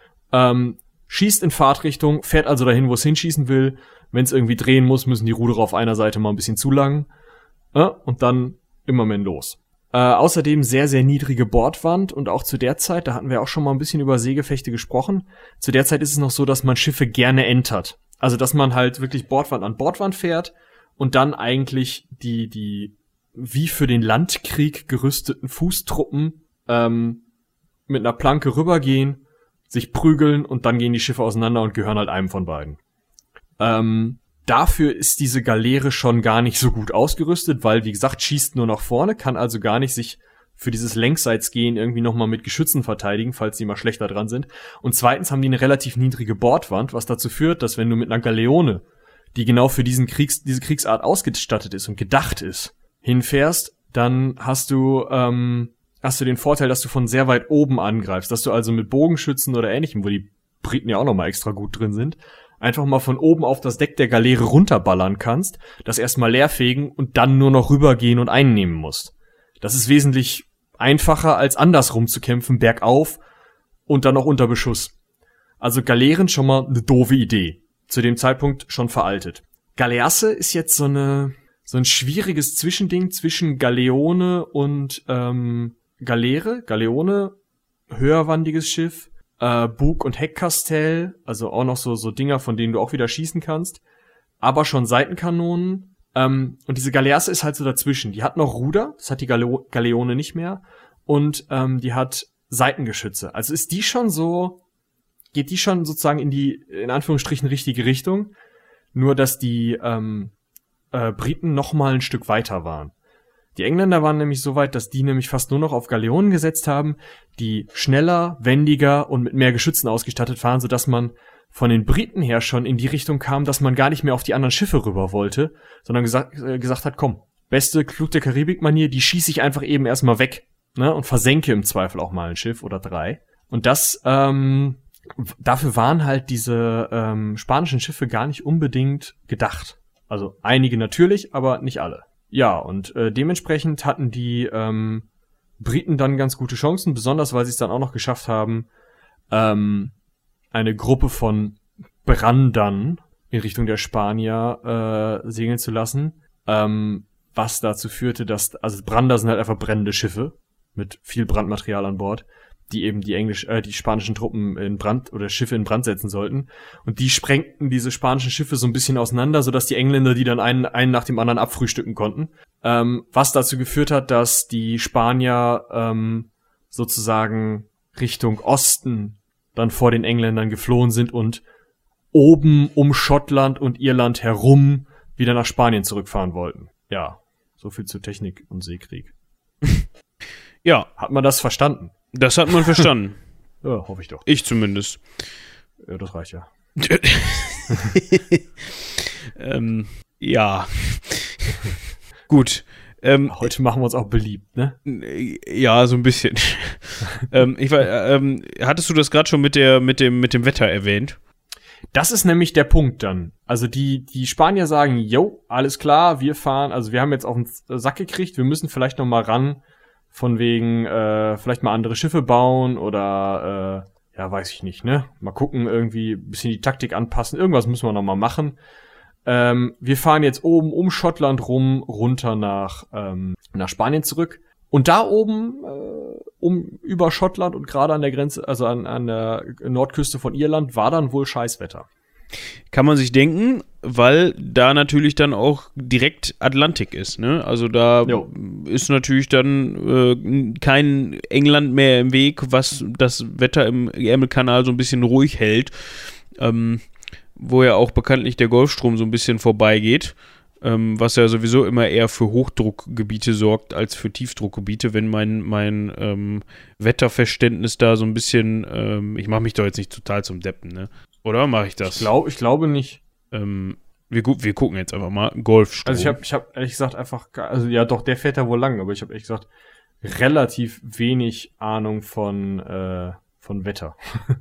ähm, schießt in Fahrtrichtung, fährt also dahin, wo es hinschießen will. Wenn es irgendwie drehen muss, müssen die Ruder auf einer Seite mal ein bisschen zulangen, äh, und dann immer mehr los. Äh, außerdem sehr, sehr niedrige Bordwand und auch zu der Zeit, da hatten wir auch schon mal ein bisschen über Seegefechte gesprochen, zu der Zeit ist es noch so, dass man Schiffe gerne entert. Also, dass man halt wirklich Bordwand an Bordwand fährt und dann eigentlich die, die wie für den Landkrieg gerüsteten Fußtruppen ähm, mit einer Planke rübergehen, sich prügeln und dann gehen die Schiffe auseinander und gehören halt einem von beiden. Ähm, dafür ist diese Galeere schon gar nicht so gut ausgerüstet, weil, wie gesagt, schießt nur nach vorne, kann also gar nicht sich für dieses Längsseitsgehen irgendwie nochmal mit Geschützen verteidigen, falls die mal schlechter dran sind. Und zweitens haben die eine relativ niedrige Bordwand, was dazu führt, dass wenn du mit einer Galeone, die genau für diesen Kriegs, diese Kriegsart ausgestattet ist und gedacht ist, hinfährst, dann hast du, ähm, hast du den Vorteil, dass du von sehr weit oben angreifst, dass du also mit Bogenschützen oder ähnlichem, wo die Briten ja auch nochmal extra gut drin sind, einfach mal von oben auf das Deck der Galeere runterballern kannst, das erstmal leerfegen und dann nur noch rübergehen und einnehmen musst. Das ist wesentlich einfacher, als andersrum zu kämpfen, bergauf und dann noch unter Beschuss. Also Galeeren schon mal eine doofe Idee. Zu dem Zeitpunkt schon veraltet. Galeasse ist jetzt so eine so ein schwieriges Zwischending zwischen Galeone und ähm, Galeere. Galeone, höherwandiges Schiff, äh, Bug- und Heckkastell, also auch noch so so Dinger, von denen du auch wieder schießen kannst, aber schon Seitenkanonen. Ähm, und diese Galeasse ist halt so dazwischen. Die hat noch Ruder, das hat die Gale- Galeone nicht mehr, und ähm, die hat Seitengeschütze. Also ist die schon so, geht die schon sozusagen in die, in Anführungsstrichen, richtige Richtung, nur dass die ähm, äh, Briten noch mal ein Stück weiter waren. Die Engländer waren nämlich so weit, dass die nämlich fast nur noch auf Galeonen gesetzt haben, die schneller, wendiger und mit mehr Geschützen ausgestattet waren, sodass man von den Briten her schon in die Richtung kam, dass man gar nicht mehr auf die anderen Schiffe rüber wollte, sondern gesagt, äh, gesagt hat, komm, beste Flug der Karibik-Manier, die schieße ich einfach eben erstmal weg, ne, und versenke im Zweifel auch mal ein Schiff oder drei. Und das, ähm, dafür waren halt diese ähm, spanischen Schiffe gar nicht unbedingt gedacht. Also einige natürlich, aber nicht alle. Ja, und äh, dementsprechend hatten die ähm, Briten dann ganz gute Chancen, besonders weil sie es dann auch noch geschafft haben, ähm, eine Gruppe von Brandern in Richtung der Spanier äh, segeln zu lassen, ähm, was dazu führte, dass, also Brander sind halt einfach brennende Schiffe mit viel Brandmaterial an Bord, die eben die englisch, äh, die spanischen Truppen in Brand oder Schiffe in Brand setzen sollten. Und die sprengten diese spanischen Schiffe so ein bisschen auseinander, sodass die Engländer die dann einen, einen nach dem anderen abfrühstücken konnten. Ähm, was dazu geführt hat, dass die Spanier ähm, sozusagen Richtung Osten dann vor den Engländern geflohen sind und oben um Schottland und Irland herum wieder nach Spanien zurückfahren wollten. Ja, so viel zu Technik und Seekrieg. Ja. Hat man das verstanden? Das hat man verstanden. Ja, hoffe ich doch. Ich zumindest. Ja, das reicht ja. ähm, ja. Gut. Ähm, Heute machen wir uns auch beliebt, ne? Ja, so ein bisschen. ähm, ich war, ähm, hattest du das gerade schon mit der, mit dem, mit dem Wetter erwähnt? Das ist nämlich der Punkt dann. Also die, die Spanier sagen, jo, alles klar, wir fahren, also wir haben jetzt auf den Sack gekriegt, wir müssen vielleicht noch mal ran, von wegen, äh, vielleicht mal andere Schiffe bauen oder, äh, ja, weiß ich nicht, ne? Mal gucken, irgendwie ein bisschen die Taktik anpassen, irgendwas müssen wir noch mal machen. Ähm, wir fahren jetzt oben um Schottland rum, runter nach, ähm, nach Spanien zurück. Und da oben, äh, um über Schottland und gerade an der Grenze, also an, an der Nordküste von Irland, war dann wohl Scheißwetter. Kann man sich denken, weil da natürlich dann auch direkt Atlantik ist, ne? Also da jo. ist natürlich dann äh, kein England mehr im Weg, was das Wetter im Ärmelkanal so ein bisschen ruhig hält, ähm, wo ja auch bekanntlich der Golfstrom so ein bisschen vorbeigeht. Ähm, was ja sowieso immer eher für Hochdruckgebiete sorgt als für Tiefdruckgebiete, wenn mein, mein ähm, Wetterverständnis da so ein bisschen, ähm, ich mache mich doch jetzt nicht total zum Deppen, ne? Oder mache ich das? Ich, glaub, ich glaube nicht. Ähm, wir, gu- wir gucken jetzt einfach mal. Golfstrom. Also ich habe ich hab ehrlich gesagt einfach, also ja doch, der fährt ja wohl lang, aber ich habe ehrlich gesagt relativ wenig Ahnung von äh, von Wetter.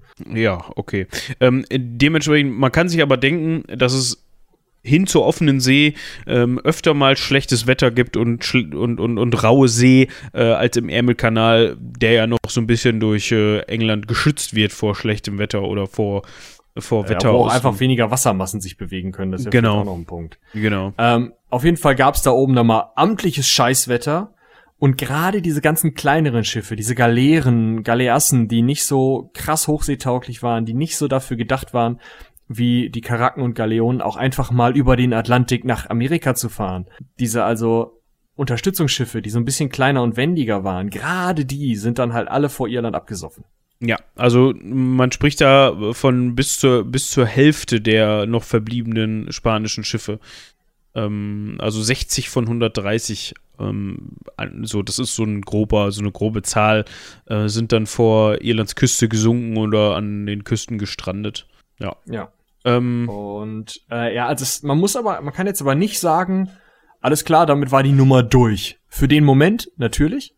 Ja, okay. Ähm, dementsprechend, man kann sich aber denken, dass es hin zur offenen See ähm, öfter mal schlechtes Wetter gibt und, schl- und, und, und raue See äh, als im Ärmelkanal, der ja noch so ein bisschen durch äh, England geschützt wird vor schlechtem Wetter oder vor, vor ja, Wetter. Wo auch aus- einfach weniger Wassermassen sich bewegen können, das ist ja Genau. vielleicht auch noch ein Punkt. Genau. Ähm, auf jeden Fall gab's da oben dann mal amtliches Scheißwetter und gerade diese ganzen kleineren Schiffe, diese Galeeren, Galeassen, die nicht so krass hochseetauglich waren, die nicht so dafür gedacht waren, wie die Karaken und Galeonen, auch einfach mal über den Atlantik nach Amerika zu fahren. Diese also Unterstützungsschiffe, die so ein bisschen kleiner und wendiger waren, gerade die sind dann halt alle vor Irland abgesoffen. Ja, also man spricht da von bis zur, bis zur Hälfte der noch verbliebenen spanischen Schiffe. Ähm, also sechzig von hundertdreißig, ähm, so, das ist so ein grober, so eine grobe Zahl, äh, sind dann vor Irlands Küste gesunken oder an den Küsten gestrandet. Ja. Ja. Ähm, Und äh, ja, also es, man muss aber, man kann jetzt aber nicht sagen, alles klar, damit war die Nummer durch. Für den Moment natürlich,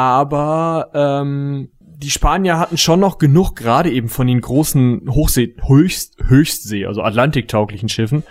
aber ähm, die Spanier hatten schon noch genug, gerade eben von den großen Hochsee, Höchst, Höchstsee, also atlantiktauglichen Schiffen,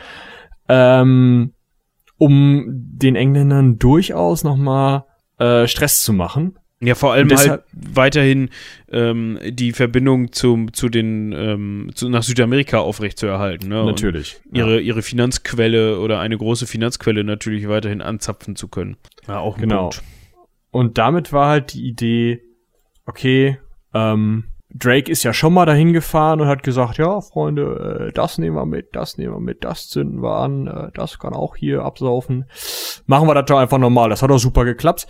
ähm, um den Engländern durchaus nochmal äh, Stress zu machen. Ja, vor allem deshalb, halt weiterhin ähm, die Verbindung zum, zu den ähm, zu, nach Südamerika aufrechtzuerhalten. Ne? Natürlich. Und ihre, ja. ihre Finanzquelle oder eine große Finanzquelle natürlich weiterhin anzapfen zu können. Ja, auch ein genau. Punkt. Und damit war halt die Idee, okay, ähm, Drake ist ja schon mal dahin gefahren und hat gesagt, ja, Freunde, äh, das nehmen wir mit, das nehmen wir mit, das zünden wir an, äh, das kann auch hier absaufen. Machen wir das doch einfach normal. Das hat auch super geklappt.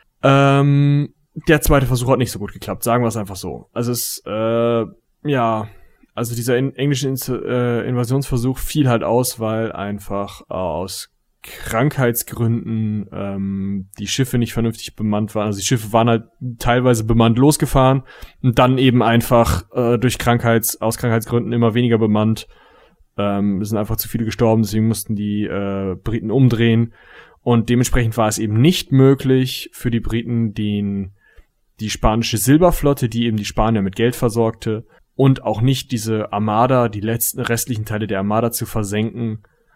Ähm, Der zweite Versuch hat nicht so gut geklappt, sagen wir es einfach so. Also es, äh, ja, also dieser in, englische in, äh, Invasionsversuch fiel halt aus, weil einfach aus Krankheitsgründen ähm, die Schiffe nicht vernünftig bemannt waren. Also die Schiffe waren halt teilweise bemannt losgefahren und dann eben einfach äh, durch Krankheits, aus Krankheitsgründen immer weniger bemannt. Ähm, es sind einfach zu viele gestorben, deswegen mussten die äh, Briten umdrehen. Und dementsprechend war es eben nicht möglich für die Briten, den die spanische Silberflotte, die eben die Spanier mit Geld versorgte, und auch nicht diese Armada, die letzten restlichen Teile der Armada zu versenken,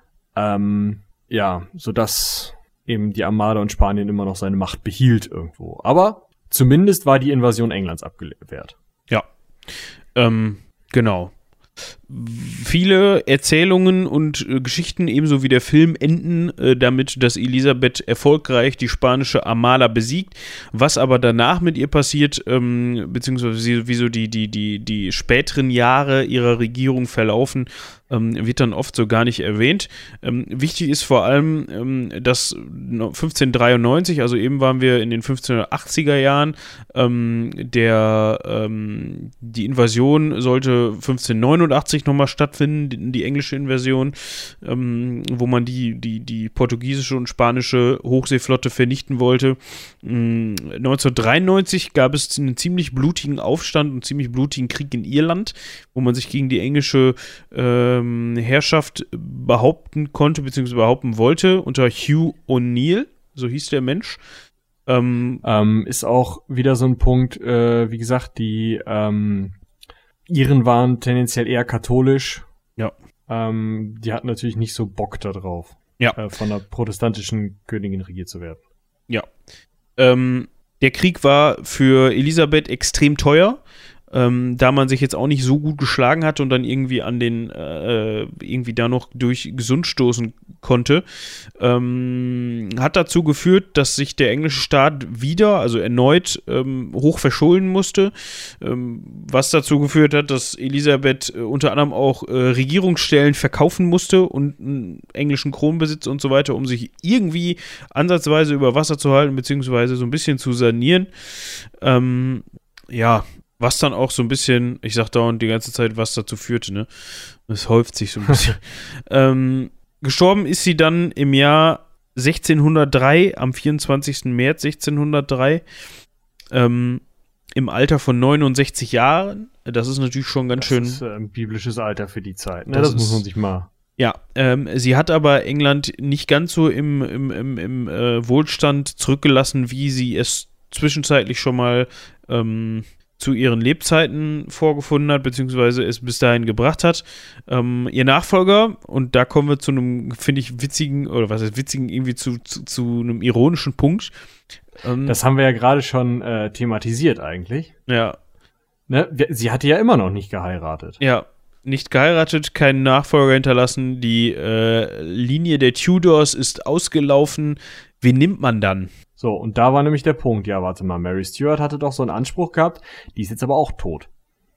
ähm, ja, sodass eben die Armada und Spanien immer noch seine Macht behielt irgendwo. Aber zumindest war die Invasion Englands abgewehrt. Ja, ähm, genau. viele Erzählungen und äh, Geschichten, ebenso wie der Film, enden äh, damit, dass Elisabeth erfolgreich die spanische Armada besiegt. Was aber danach mit ihr passiert, ähm, beziehungsweise wie so die, die, die, die späteren Jahre ihrer Regierung verlaufen, ähm, wird dann oft so gar nicht erwähnt. Ähm, wichtig ist vor allem, ähm, dass fünfzehnhundertdreiundneunzig, also eben waren wir in den fünfzehnhundertachtziger Jahren, ähm, der, ähm, die Invasion sollte fünfzehnhundertneunundachtzig nochmal stattfinden, die, die englische Invasion, ähm, wo man die, die, die portugiesische und spanische Hochseeflotte vernichten wollte. Ähm, neunzehnhundertdreiundneunzig gab es einen ziemlich blutigen Aufstand und ziemlich blutigen Krieg in Irland, wo man sich gegen die englische äh, Herrschaft behaupten konnte, beziehungsweise behaupten wollte, unter Hugh O'Neill, so hieß der Mensch. Ähm, ähm, ist auch wieder so ein Punkt, äh, wie gesagt, die ähm, Iren waren tendenziell eher katholisch. Ja. Ähm, die hatten natürlich nicht so Bock da drauf, ja. äh, von einer protestantischen Königin regiert zu werden. Ja. Ähm, der Krieg war für Elisabeth extrem teuer. Ähm, da man sich jetzt auch nicht so gut geschlagen hatte und dann irgendwie an den, äh, irgendwie da noch durch gesund stoßen konnte, ähm, hat dazu geführt, dass sich der englische Staat wieder, also erneut, ähm, hoch verschulden musste, ähm, was dazu geführt hat, dass Elisabeth äh, unter anderem auch äh, Regierungsstellen verkaufen musste und einen englischen Kronbesitz und so weiter, um sich irgendwie ansatzweise über Wasser zu halten, beziehungsweise so ein bisschen zu sanieren. Ähm, ja, was dann auch so ein bisschen, ich sag dauernd die ganze Zeit, was dazu führte, ne? Es häuft sich so ein bisschen. ähm, gestorben ist sie dann im Jahr sechzehnhundertdrei, am vierundzwanzigsten März sechzehnhundertdrei, ähm, im Alter von neunundsechzig Jahren. Das ist natürlich schon ganz das schön. Das ist äh, ein biblisches Alter für die Zeit, ne? Das, Das muss man sich mal. Ja, ähm, sie hat aber England nicht ganz so im, im, im, im äh, Wohlstand zurückgelassen, wie sie es zwischenzeitlich schon mal ähm, zu ihren Lebzeiten vorgefunden hat, beziehungsweise es bis dahin gebracht hat. Ähm, ihr Nachfolger, und da kommen wir zu einem, finde ich, witzigen, oder was heißt witzigen, irgendwie zu, zu, zu einem ironischen Punkt. Ähm, das haben wir ja gerade schon äh, thematisiert eigentlich. Ja. Ne? Sie hatte ja immer noch nicht geheiratet. Ja, nicht geheiratet, keinen Nachfolger hinterlassen, die äh, Linie der Tudors ist ausgelaufen. Wen nimmt man dann? So, und da war nämlich der Punkt. Ja, warte mal, Mary Stuart hatte doch so einen Anspruch gehabt, die ist jetzt aber auch tot.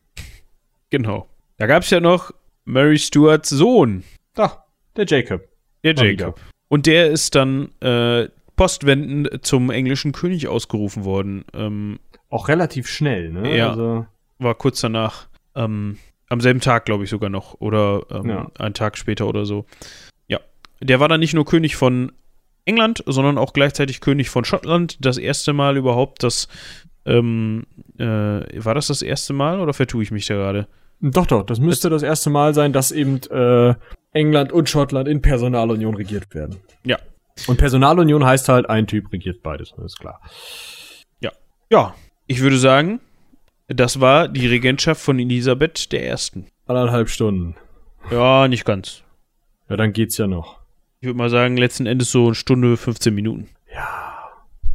Genau. Da gab es ja noch Mary Stuarts Sohn. Da, der Jacob. Der Jacob. Und der ist dann äh, postwendend zum englischen König ausgerufen worden. Ähm, auch relativ schnell, ne? Ja, also, war kurz danach. Ähm, am selben Tag, glaube ich, sogar noch. Oder ähm, ja. einen Tag später oder so. Ja. Der war dann nicht nur König von England, sondern auch gleichzeitig König von Schottland. Das erste Mal überhaupt, das ähm, äh, war das das erste Mal oder vertue ich mich da gerade? Doch, doch, das müsste das, das erste Mal sein, dass eben äh, England und Schottland in Personalunion regiert werden. Ja. Und Personalunion heißt halt, ein Typ regiert beides, das ist klar. Ja. Ja, ich würde sagen, das war die Regentschaft von Elisabeth der Ersten. Anderthalb Stunden. Ja, nicht ganz. Ja, dann geht's ja noch. Ich würde mal sagen, letzten Endes so eine Stunde, fünfzehn Minuten. Ja.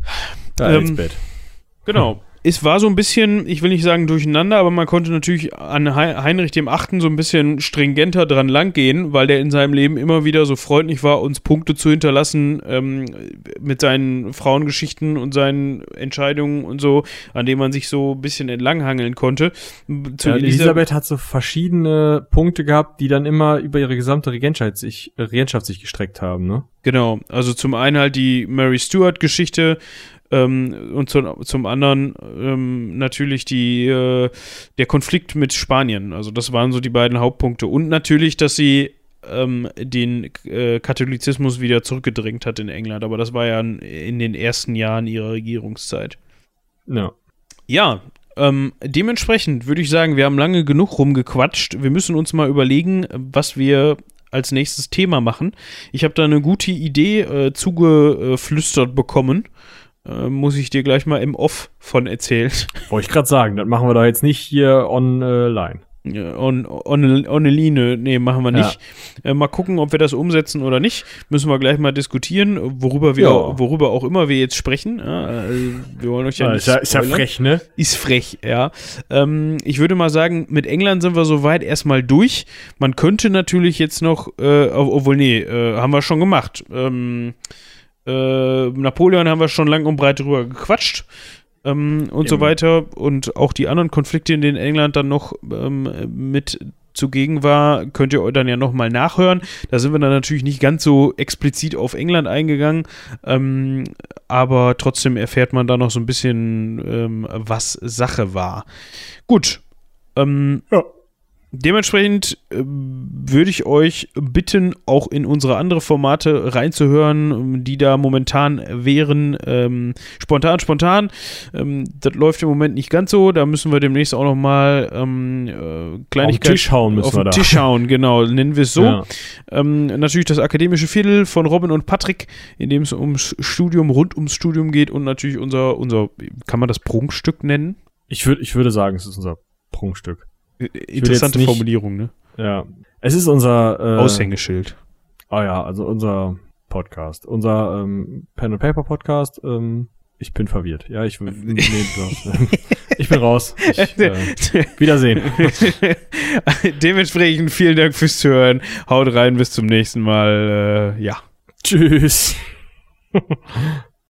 Da ähm, ins Bett. Genau. Es war so ein bisschen, ich will nicht sagen durcheinander, aber man konnte natürlich an Heinrich dem Achten so ein bisschen stringenter dran langgehen, weil der in seinem Leben immer wieder so freundlich war, uns Punkte zu hinterlassen ähm, mit seinen Frauengeschichten und seinen Entscheidungen und so, an denen man sich so ein bisschen entlanghangeln konnte. Zu ja, Elisabeth, Elisabeth hat so verschiedene Punkte gehabt, die dann immer über ihre gesamte Regentschaft sich, Regentschaft sich gestreckt haben, ne? Genau, also zum einen halt die Mary Stuart-Geschichte, Ähm, und zu, zum anderen ähm, natürlich die, äh, der Konflikt mit Spanien. Also das waren so die beiden Hauptpunkte. Und natürlich, dass sie ähm, den äh, Katholizismus wieder zurückgedrängt hat in England. Aber das war ja in den ersten Jahren ihrer Regierungszeit. Ja. Ja, ähm, dementsprechend würde ich sagen, wir haben lange genug rumgequatscht. Wir müssen uns mal überlegen, was wir als nächstes Thema machen. Ich habe da eine gute Idee äh, zugeflüstert bekommen. Äh, muss ich dir gleich mal im Off von erzählen. Wollte ich gerade sagen, das machen wir doch jetzt nicht hier online. On, on, Onneline, nee, machen wir nicht. Ja. Äh, mal gucken, ob wir das umsetzen oder nicht. Müssen wir gleich mal diskutieren, worüber wir, auch, worüber auch immer wir jetzt sprechen. Ja, also wir wollen euch ja, ja nicht ist, ist ja frech, ne? Ist frech, ja. Ähm, ich würde mal sagen, mit England sind wir soweit erstmal durch. Man könnte natürlich jetzt noch, äh, obwohl, nee, äh, haben wir schon gemacht. Ähm, äh, Napoleon haben wir schon lang und breit drüber gequatscht. Ähm, und Eben. so weiter und auch die anderen Konflikte, in denen England dann noch ähm, mit zugegen war, könnt ihr dann ja nochmal nachhören. Da sind wir dann natürlich nicht ganz so explizit auf England eingegangen, ähm, aber trotzdem erfährt man da noch so ein bisschen, ähm, was Sache war. Gut, ähm, ja. Dementsprechend äh, würde ich euch bitten, auch in unsere andere Formate reinzuhören, die da momentan wären. Ähm, spontan, spontan. Ähm, das läuft im Moment nicht ganz so. Da müssen wir demnächst auch nochmal ähm, äh, Kleinigkeiten auf den Tisch hauen müssen auf wir den da. Tisch hauen, genau, nennen wir es so. Ja. Ähm, natürlich das akademische Viertel von Robin und Patrick, in dem es ums Studium, rund ums Studium geht und natürlich unser, unser, kann man das Prunkstück nennen? Ich würde, ich würde sagen, es ist unser Prunkstück. Interessante nicht, Formulierung, ne? Ja. Es ist unser äh, Aushängeschild. Ah ja, also unser Podcast. Unser ähm, Pen and Paper Podcast. Ähm, ich bin verwirrt. Ja, ich will. Nee, ich bin raus. Ich, äh, Wiedersehen. Dementsprechend vielen Dank fürs Zuhören. Haut rein, bis zum nächsten Mal. Äh, ja. Tschüss.